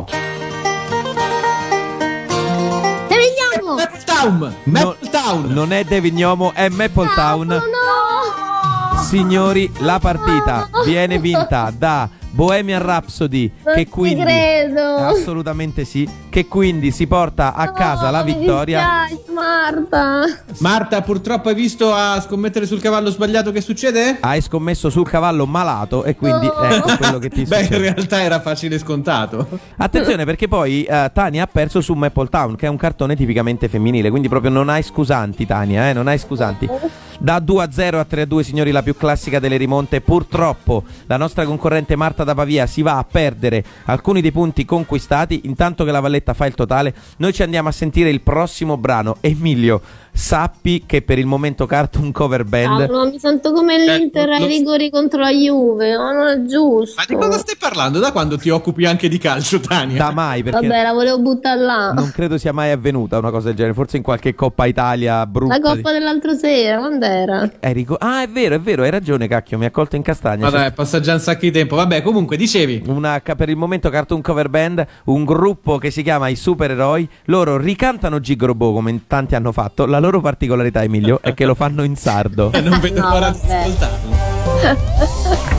Ne vediamo. Maple Town. Maple Town. Non è Devignomo, è Maple Town. No. Signori, la partita viene vinta da Bohemian Rhapsody, Non che ci quindi credo. assolutamente sì, che quindi si porta a casa No, la mi vittoria. dispiace, Marta. Marta, purtroppo hai visto a scommettere sul cavallo sbagliato che succede? Hai scommesso sul cavallo malato e quindi No. ecco quello che ti Beh, in succede. realtà era facile e scontato. Attenzione, perché poi eh, Tania ha perso su Maple Town, che è un cartone tipicamente femminile, quindi proprio non hai scusanti, Tania, eh, non hai scusanti. Da due a zero a tre a due, signori, la più classica delle rimonte. Purtroppo la nostra concorrente Marta da Pavia si va a perdere alcuni dei punti conquistati. Intanto che la Valletta fa il totale, noi ci andiamo a sentire il prossimo brano. Emilio, sappi che per il momento Cartoon Cover Band. Cavolo, mi sento come l'Inter Eh, ai lo- rigori contro la Juve, ma non è giusto. Ma di cosa stai parlando? Da quando ti occupi anche di calcio, Tania? Da mai, perché Vabbè, la volevo buttare là. non credo sia mai avvenuta una cosa del genere. Forse in qualche Coppa Italia brutta. La coppa dell'altro sera, quando era? Eh, rico- Ah, è vero, è vero, hai ragione, cacchio, mi ha colto in castagna. Ma C'è dai, passa già un sacco di tempo. Vabbè, comunque, dicevi. una, ca- per il momento Cartoon Cover Band, un gruppo che si chiama I Supereroi. Loro ricantano Gigrobo come in tanti hanno fatto. La loro particolarità, Emilio, è che lo fanno in sardo. Eh, non vedo No, l'ora di vabbè. ascoltarlo.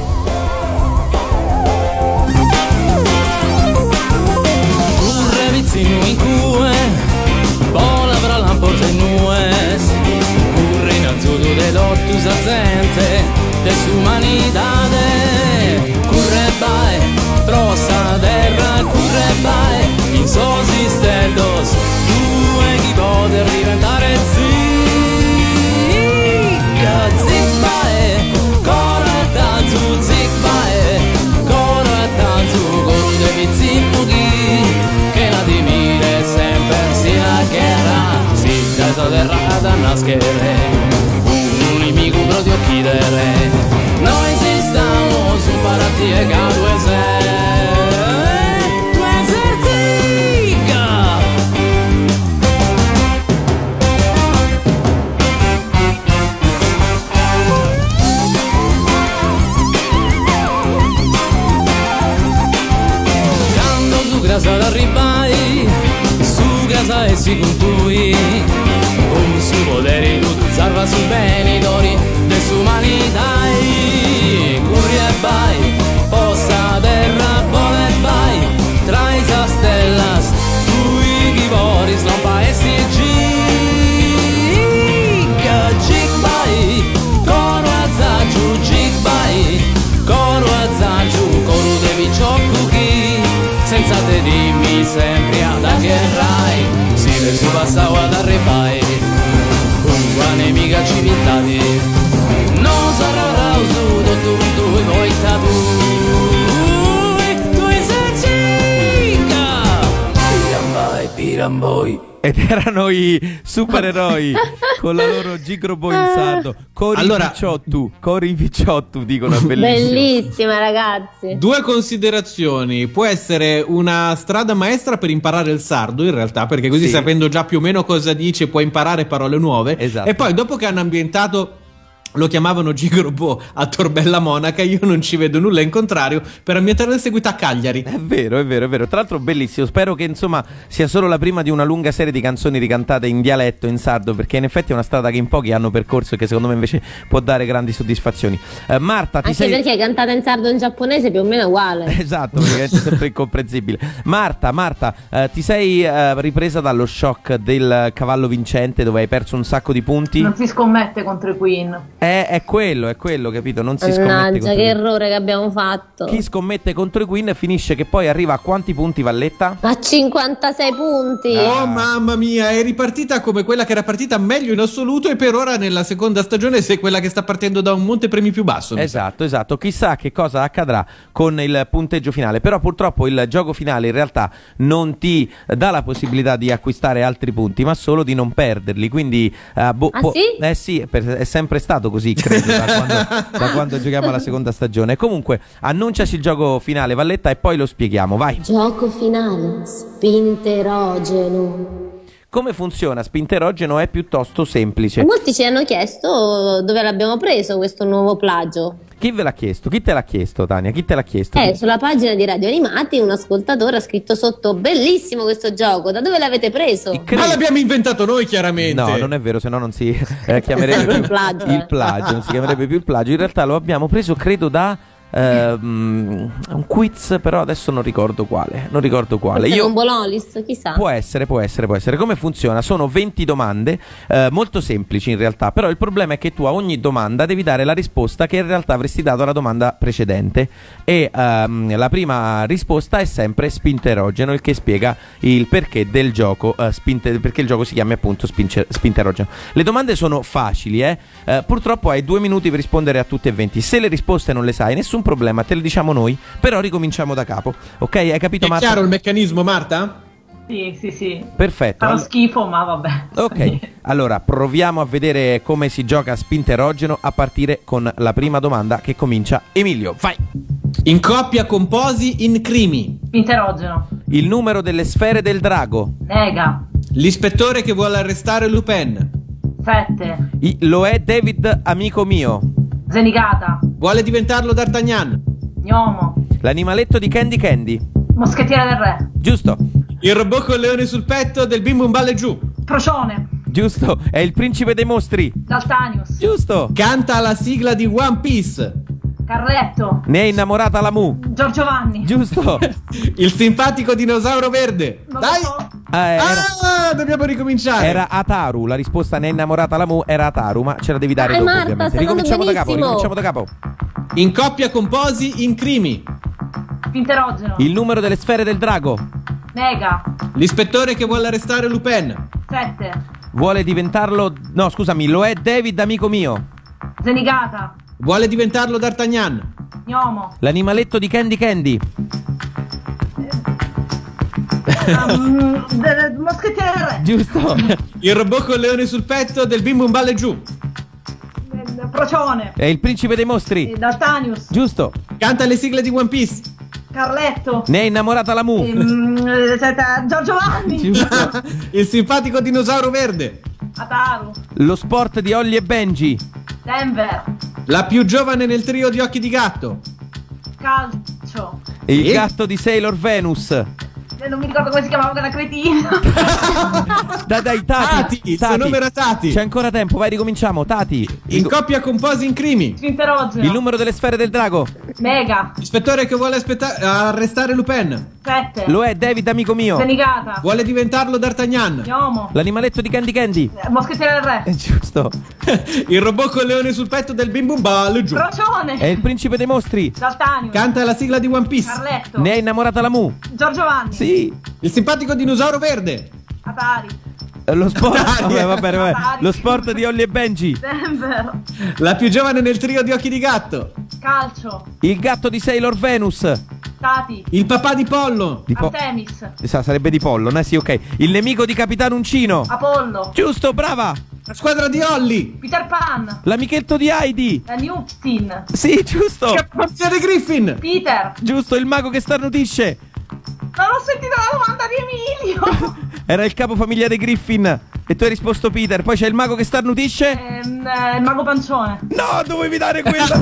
Curre vicino in cue, vola fra la porta in nues. Curre in azzurro dell'ottus assente, de su humanidade. Curre bae, prosa terra, curre bae, in sosis terdos, due chi poter diventare zicca, zicbae, cora tanzu, zicbae, cora tanzu, coro de vizzipuchi, che la divide sempre sia la guerra, si casa terra da naschere, un nemico proprio chiedere, noi esistiamo su parati e due se, due se zicca. Quando su grasa d'arribai, su grasa e si contui, con su potere tutto salva su benitori, de su manidai, curri e bai, posta terra, vola e bai, tra i stellas, tu i chivoris, non paesi e giga, gig bai, coro a zaggiu, gig bai, coro a zaggiu, coro devi ciocco chi, senza te dimmi sempre ad agherrai, si le su passa Ed erano i supereroi con la loro Gigrobo in sardo. Cori Allora- Picciottu, Cori Picciottu dicono, è bellissimo. Bellissima, ragazzi. Due considerazioni: può essere una strada maestra per imparare il sardo, in realtà, perché così Sì. sapendo già più o meno cosa dice puoi imparare parole nuove. Esatto. E poi dopo che hanno ambientato, lo chiamavano Gigrobo a Torbella Monaca, io non ci vedo nulla in contrario per ambientare in seguito a Cagliari. È vero, è vero, è vero. Tra l'altro bellissimo. Spero che insomma sia solo la prima di una lunga serie di canzoni ricantate in dialetto, in sardo, perché in effetti è una strada che in pochi hanno percorso e che secondo me invece può dare grandi soddisfazioni. Eh, Marta, ti Anche sei... perché cantata in sardo e in giapponese più o meno è uguale. Esatto, perché è sempre incomprensibile. Marta, Marta, eh, ti sei eh, ripresa dallo shock del cavallo vincente dove hai perso un sacco di punti? Non si scommette contro i Queen. È, è quello, è quello, capito? Non si scommette Mannaggia, contro che i- errore che abbiamo fatto. Chi scommette contro i Queen finisce che poi arriva a quanti punti, Valletta? A cinquantasei punti. Oh mamma mia, è ripartita come quella che era partita meglio in assoluto e per ora nella seconda stagione sei quella che sta partendo da un montepremi più basso. mi sa. Esatto, esatto. Chissà che cosa accadrà con il punteggio finale. Però purtroppo il gioco finale in realtà non ti dà la possibilità di acquistare altri punti, ma solo di non perderli. Quindi eh, boh, Ah, può- sì? eh sì, per- è sempre stato così, credo, da quando, da quando giochiamo alla seconda stagione. Comunque, annunciaci il gioco finale, Valletta, e poi lo spieghiamo. Vai. Gioco finale, spinterogeno. Come funziona Spinterogeno è piuttosto semplice. Molti ci hanno chiesto dove l'abbiamo preso questo nuovo plagio. Chi ve l'ha chiesto? Chi te l'ha chiesto, Tania? Chi te l'ha chiesto? Eh, sulla pagina di Radio Animati un ascoltatore ha scritto sotto: bellissimo questo gioco, da dove l'avete preso? Ma l'abbiamo inventato noi, chiaramente. No, non è vero, se no non si eh, chiamerebbe più Il plagio, eh. il plagio, non si chiamerebbe più il plagio. In realtà lo abbiamo preso, credo, da ehm, un quiz, però adesso non ricordo quale. Non ricordo quale. Forse Io con Bololis, chissà. Può essere, può essere, può essere. Come funziona? Sono venti domande, eh, molto semplici in realtà, però il problema è che tu a ogni domanda devi dare la risposta che in realtà avresti dato alla domanda precedente e ehm, la prima risposta è sempre spinterogeno, il che spiega il perché del gioco, eh, spinte- perché il gioco si chiama appunto spince- spinterogeno. Le domande sono facili, eh? Eh, purtroppo hai due minuti per rispondere a tutte e venti. Se le risposte non le sai, nessun problema, te le diciamo noi, però ricominciamo da capo, ok? Hai capito, È Marta? chiaro il meccanismo, Marta? Sì, sì, sì. Perfetto. Farò All- schifo, ma vabbè. Ok, allora proviamo a vedere come si gioca a spinterogeno a partire con la prima domanda che comincia Emilio. Vai! In coppia composi in crimi. Spinterogeno. Il numero delle sfere del drago. Nega. L'ispettore che vuole arrestare Lupin. Sette. I- lo è David, amico mio. Zenigata. Vuole diventarlo D'Artagnan. Gnomo. L'animaletto di Candy Candy. Moschettiere del re. Giusto, Il robot con il leone sul petto del bim bum balle giù. Procione. giusto, è il principe dei mostri. Daltanius. Giusto, Canta la sigla di One Piece. Carletto. ne è innamorata la Mu. Giorgio Vanni. Giusto, Il simpatico dinosauro verde. Non Dai! lo so. Eh, era, Ah, dobbiamo ricominciare. era Ataru, la risposta ne è innamorata la Mu era Ataru, ma ce la devi dare Dai, dopo Marta, ovviamente. stai Ricominciamo da capo, andando ricominciamo da capo. In coppia composi in crimi. Spinterogeno. Il numero delle sfere del drago. Nega. L'ispettore che vuole arrestare Lupin. Sette. Vuole diventarlo... No, scusami, lo è David, amico mio. Zenigata. Vuole diventarlo D'Artagnan. Gnomo. L'animaletto di Candy Candy. Um, de- moschettiere del re. Giusto. Il robot con il leone sul petto del bim bum balle giù. Eh, Procione. È il principe dei mostri. Eh, Daltanius. Giusto. Canta le sigle di One Piece. Carletto. Ne è innamorata la Mu. Ehm, eh, aspetta, Giorgio Vanni. Giusto. Il simpatico dinosauro verde. Ataru. Lo sport di Holly e Benji. Denver. La più giovane nel trio di Occhi di Gatto. Calcio. Il Sì. gatto di Sailor Venus. Eh, Non mi ricordo come si chiamava quella cretina. Dai, dai, Tati. Tati, il suo nome era Tati. C'è ancora tempo, vai, ricominciamo. Tati. In coppia composi in crimi. Spinterogeno. Il numero delle sfere del drago. Nega. Ispettore che vuole aspetta- arrestare Lupin. Sette. Lo è David, amico mio. Zenigata. Vuole diventarlo D'Artagnan. Gnomo. L'animaletto di Candy Candy. Eh, Moschettiere del re. È giusto. Il robot con il leone sul petto del bim bum balle giù. Procione. È il principe dei mostri. Daltanius. Canta la sigla di One Piece. Carletto. Ne è innamorata la Mu. Giorgio Vanni. Sì. Il simpatico dinosauro verde. Atari. Eh, Lo sport. Dai. Vabbè, va bene, va bene. Atari. Lo sport di Holly e Benji. Denver. La più giovane nel trio di Occhi di Gatto. Calcio. Il gatto di Sailor Venus. Tati. Il papà di Pollo. Di po- Artemis. Sa, sarebbe di pollo, no? Sì, ok. Il nemico di Capitano Uncino. Apollo. Giusto, brava. La squadra di Holly. Peter Pan. L'amichetto di Heidi. La Newton. Sì, giusto. Capitano Griffin. Peter. Giusto, il mago che starnutisce. Non ho sentito la domanda di Emilio. Era il capofamiglia dei Griffin. E tu hai risposto Peter. Poi c'è il mago che starnutisce. Ehm, eh, il mago pancione. No, dovevi dare quella. Si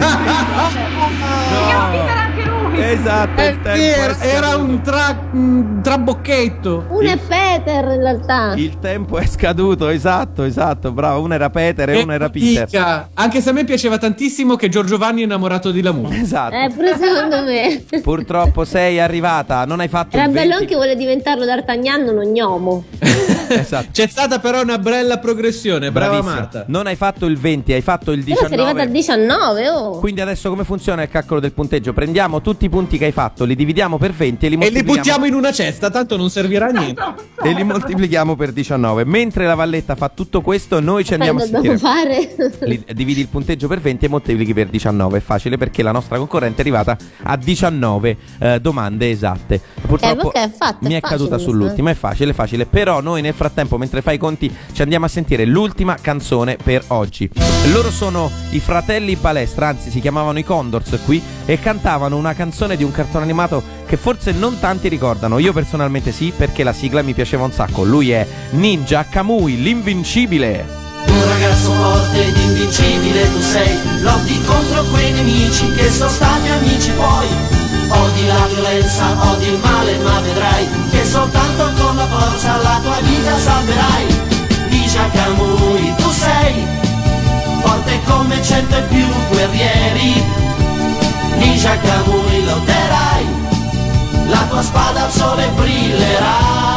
chiama Peter anche lui. Esatto, il tempo è Era, era scaduto. un tra, un trabocchetto. Uno è Peter in realtà. Il tempo è scaduto, esatto, esatto, bravo. Uno era Peter e uno era Peter. Fatica. Anche se a me piaceva tantissimo che Giorgio Vanni è innamorato di Lamu. Esatto. Eh, pure secondo me. Purtroppo sei arrivata, non hai fatto Era il bello venti. anche vuole diventarlo D'Artagnan, uno gnomo. Esatto. C'è stata però una bella progressione. Brava Bravissima. Marta. Non hai fatto il venti, hai fatto il Però sei arrivata al diciannove. diciannove, oh. Quindi adesso come funziona il calcolo del punteggio? Prendiamo tutti i punti che hai fatto, li dividiamo per venti e li E li moltiplichiamo. buttiamo in una cesta, tanto non servirà a niente. E li moltiplichiamo per diciannove. Mentre la Valletta fa tutto questo, noi ci andiamo a Dobbiamo sentire. fare. Li- dividi il punteggio per venti e moltiplichi per diciannove. È facile perché la nostra concorrente è arrivata a diciannove eh, domande esatte. Purtroppo Eh, perché è fatta, è mi è facile, caduta mi sull'ultima. È facile, è facile. Però noi nel frattempo, mentre fai i conti, ci andiamo a sentire l'ultima canzone per oggi. Loro sono i fratelli Balestra, anzi si chiamavano i Condors qui, e cantavano una canzone di un cartone animato che forse non tanti ricordano. Io personalmente sì, perché la sigla mi piaceva un sacco. Lui è Ninja Kamui, l'invincibile. Un ragazzo forte ed invincibile tu sei, lotti contro quei nemici che sono stati amici poi. Odi la violenza, odi il male, ma vedrai che soltanto con la forza la tua vita salverai. Ninja Kamui tu sei, forte come cento e più guerrieri. Ninja Kamui lotterai, la tua spada al sole brillerà.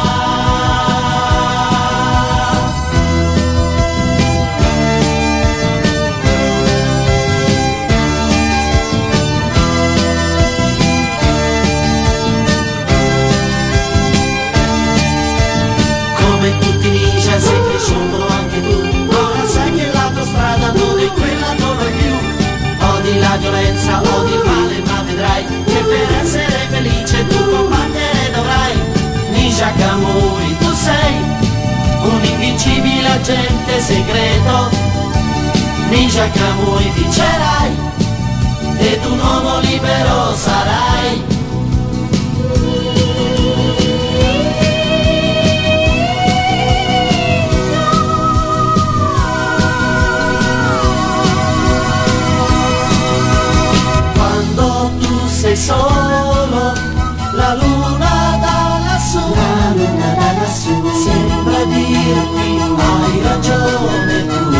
Come tutti i ninja sei cresciuto anche tu, ora sai che la tua strada non è quella dove più. Odi la violenza, odi il male, ma vedrai che per essere felice tu combattere dovrai. Ninja Kamui tu sei, un invincibile agente segreto. Ninja Kamui vincerai, ed un uomo libero sarai. Sei solo, la luna da lassù, la luna da lassù sembra dirti hai ragione tu.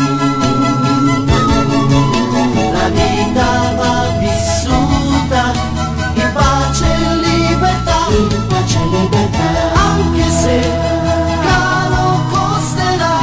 La vita va vissuta in pace e libertà, in pace e libertà, anche se caro costerà.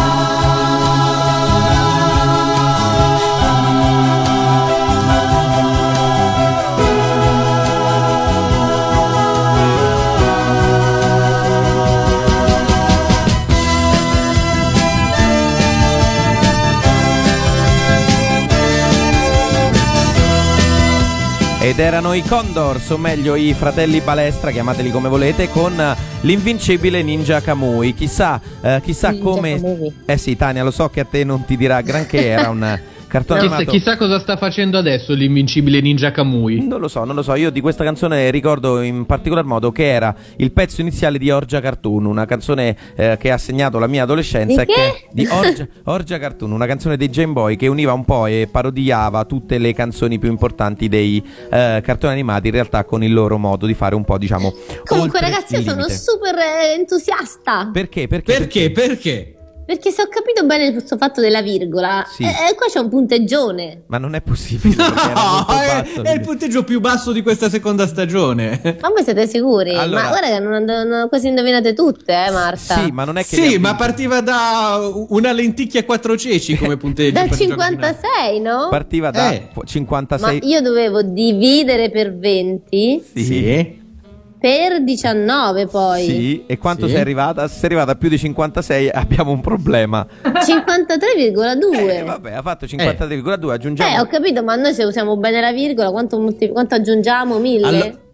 Ed erano i Condors, o meglio i fratelli Balestra, chiamateli come volete, con eh, l'invincibile Ninja Kamui. Chissà, eh, chissà Ninja come... Kamui. Eh sì, Tania, lo so che a te non ti dirà granché, era un cartone Chissà, animato... chissà cosa sta facendo adesso l'invincibile Ninja Kamui. Non lo so, non lo so. Io di questa canzone ricordo in particolar modo che era il pezzo iniziale di Orgia Cartoon, una canzone eh, che ha segnato la mia adolescenza. Di e che? che di Orgia, Orgia Cartoon, una canzone dei Game Boy che univa un po' e parodiava tutte le canzoni più importanti dei eh, cartoni animati, in realtà con il loro modo di fare un po', diciamo. Comunque oltre ragazzi, il io sono limite. super eh, entusiasta. Perché? Perché? Perché? Perché? Perché se ho capito bene questo fatto della virgola, Sì. eh, eh, qua c'è un punteggione. Ma non è possibile. perché era No, molto è, basso, è il punteggio più basso di questa seconda stagione. Ma voi siete sicuri? Allora- Ma guarda che non, non quasi indovinate tutte, eh Marta? Sì, ma non è che Sì, li ha ma vinti. partiva da una lenticchia quattro ceci come punteggio. Dal per il gioco finale. cinquantasei, no? Partiva da Eh. Ma cinquantasei. io dovevo dividere per venti Sì. Sì. per diciannove poi. Sì, e quanto Sì. sei arrivata? Se sei arrivata a più di cinquantasei abbiamo un problema. cinquantatré virgola due. Eh, vabbè, ha fatto cinquantatré virgola due, aggiungiamo. Eh, ho capito, ma noi se usiamo bene la virgola, quanto, multi- quanto aggiungiamo? Mille? Allo-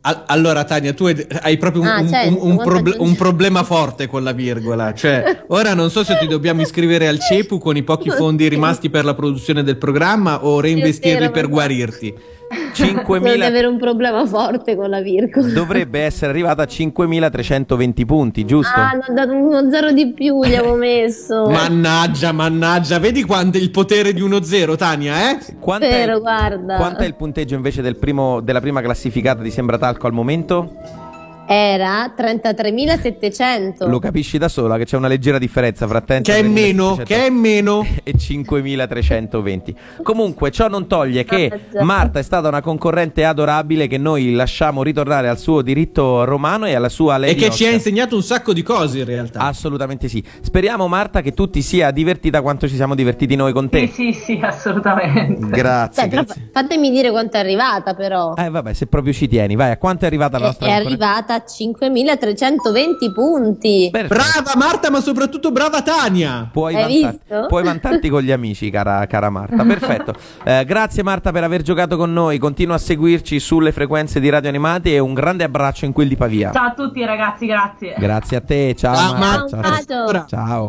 All- allora Tania, tu hai, hai proprio un, Ah, un- certo, un- un quanto proble- aggiungi? un problema forte con la virgola. Cioè, ora non so se ti dobbiamo iscrivere al CEPU con i pochi fondi rimasti per la produzione del programma o reinvestirli Io spero, per ma- guarirti. Devi cinquemila avere un problema forte con la virgola. Dovrebbe essere arrivata a cinquemilatrecentoventi punti, giusto? Ah, hanno dato uno zero di più, gli avevo messo. Mannaggia, mannaggia, vedi quanto è il potere di uno zero, Tania, eh? Quanto Spero, è, guarda. quanto è il punteggio invece del primo, della prima classificata di Sembratalco al momento? Era trentatremilasettecento. Lo capisci da sola che c'è una leggera differenza fra Che è meno, che è meno. e cinquemilatrecentoventi. Comunque ciò non toglie che Ah, già. Marta è stata una concorrente adorabile che noi lasciamo ritornare al suo diritto romano e alla sua Lady E che ci ha Oscar. insegnato un sacco di cose in realtà. Assolutamente sì. Speriamo Marta che tu ti sia divertita quanto ci siamo divertiti noi con te. Sì, sì, sì, assolutamente. Grazie, Cioè, però grazie. fatemi dire quanto è arrivata, però. Eh vabbè, se proprio ci tieni, vai, a quanto è arrivata la È, nostra è concorrente? arrivata a cinquemilatrecentoventi punti. Perfetto. Brava Marta, ma soprattutto brava Tania. Puoi, Hai vantar- visto? puoi vantarti con gli amici, cara, cara Marta. Perfetto. Eh, grazie Marta per aver giocato con noi. Continua a seguirci sulle frequenze di Radio Animati e un grande abbraccio in quel di Pavia. Ciao a tutti ragazzi, grazie. Grazie a te. Ciao, Ciao, Marta. Marta. Ciao. Ciao. Ciao.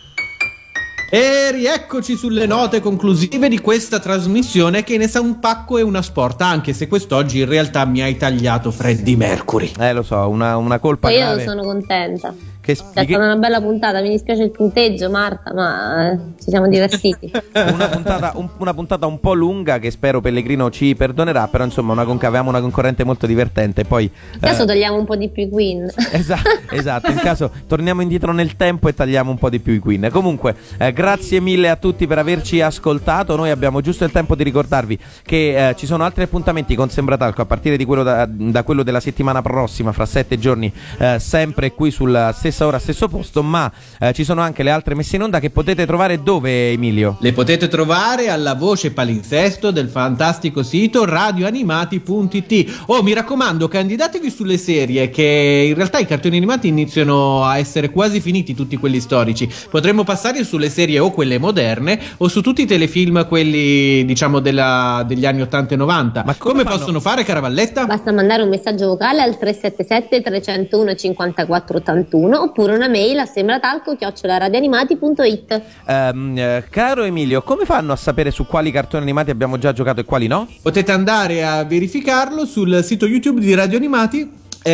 E rieccoci sulle note conclusive di questa trasmissione che ne sa un pacco e una sporta, anche se quest'oggi in realtà mi hai tagliato Freddie Mercury. Eh, lo so, una, una colpa Io grave. sono contenta. Che È spieghi- stata una bella puntata. Mi dispiace il punteggio, Marta, ma eh, ci siamo divertiti. una, puntata, un, una puntata un po' lunga che spero Pellegrino ci perdonerà, però insomma una, con- avevamo una concorrente molto divertente. Poi Adesso eh, togliamo un po' di più i Queen. Esatto, esatto, in caso torniamo indietro nel tempo e tagliamo un po' di più i Queen. Comunque, eh, grazie mille a tutti per averci ascoltato. Noi abbiamo giusto il tempo di ricordarvi che eh, ci sono altri appuntamenti con Sembratalco a partire di quello da, da quello della settimana prossima, fra sette giorni, eh, sempre qui sulla stessa ora, stesso posto. Ma eh, ci sono anche le altre messe in onda che potete trovare dove, Emilio? Le potete trovare alla voce palinsesto del fantastico sito radioanimati punto it. Oh, mi raccomando, candidatevi sulle serie, che in realtà i cartoni animati iniziano a essere quasi finiti, tutti quelli storici. Potremmo passare sulle serie o quelle moderne o su tutti i telefilm, quelli diciamo della, degli anni ottanta e novanta. Ma come, come possono fare, Caravalletta? Basta mandare un messaggio vocale al tre sette sette tre zero uno cinquantaquattro ottantuno oppure una mail a sembratalco chiocciola radioanimati punto it. Ehm, eh, caro Emilio, come fanno a sapere su quali cartoni animati abbiamo già giocato e quali no? Potete andare a verificarlo sul sito YouTube di Radio Animati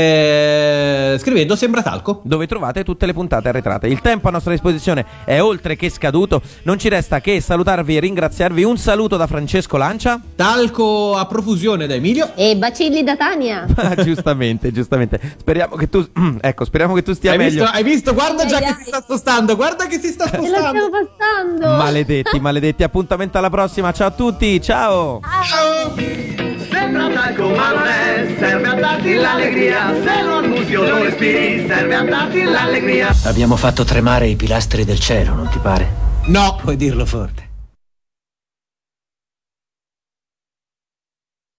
eh, scrivendo Sembratalco, dove trovate tutte le puntate arretrate. Il tempo a nostra disposizione è oltre che scaduto. Non ci resta che salutarvi e ringraziarvi. Un saluto da Francesco Lancia. Talco a profusione da Emilio e bacilli da Tania. giustamente, giustamente. Speriamo che tu ecco, speriamo che tu stia hai meglio. Visto, hai visto? Guarda ai già ai che ai. si sta spostando. Guarda che si sta Ce la spostando. stiamo passando. Maledetti, maledetti. Appuntamento alla prossima. Ciao a tutti. Ciao. Ciao. Sembratalco ma non è, serve a darti l'allegria, se lo annusi o lo respiri, serve a darti l'allegria. Abbiamo fatto tremare i pilastri del cielo, non ti pare? No. Puoi dirlo forte.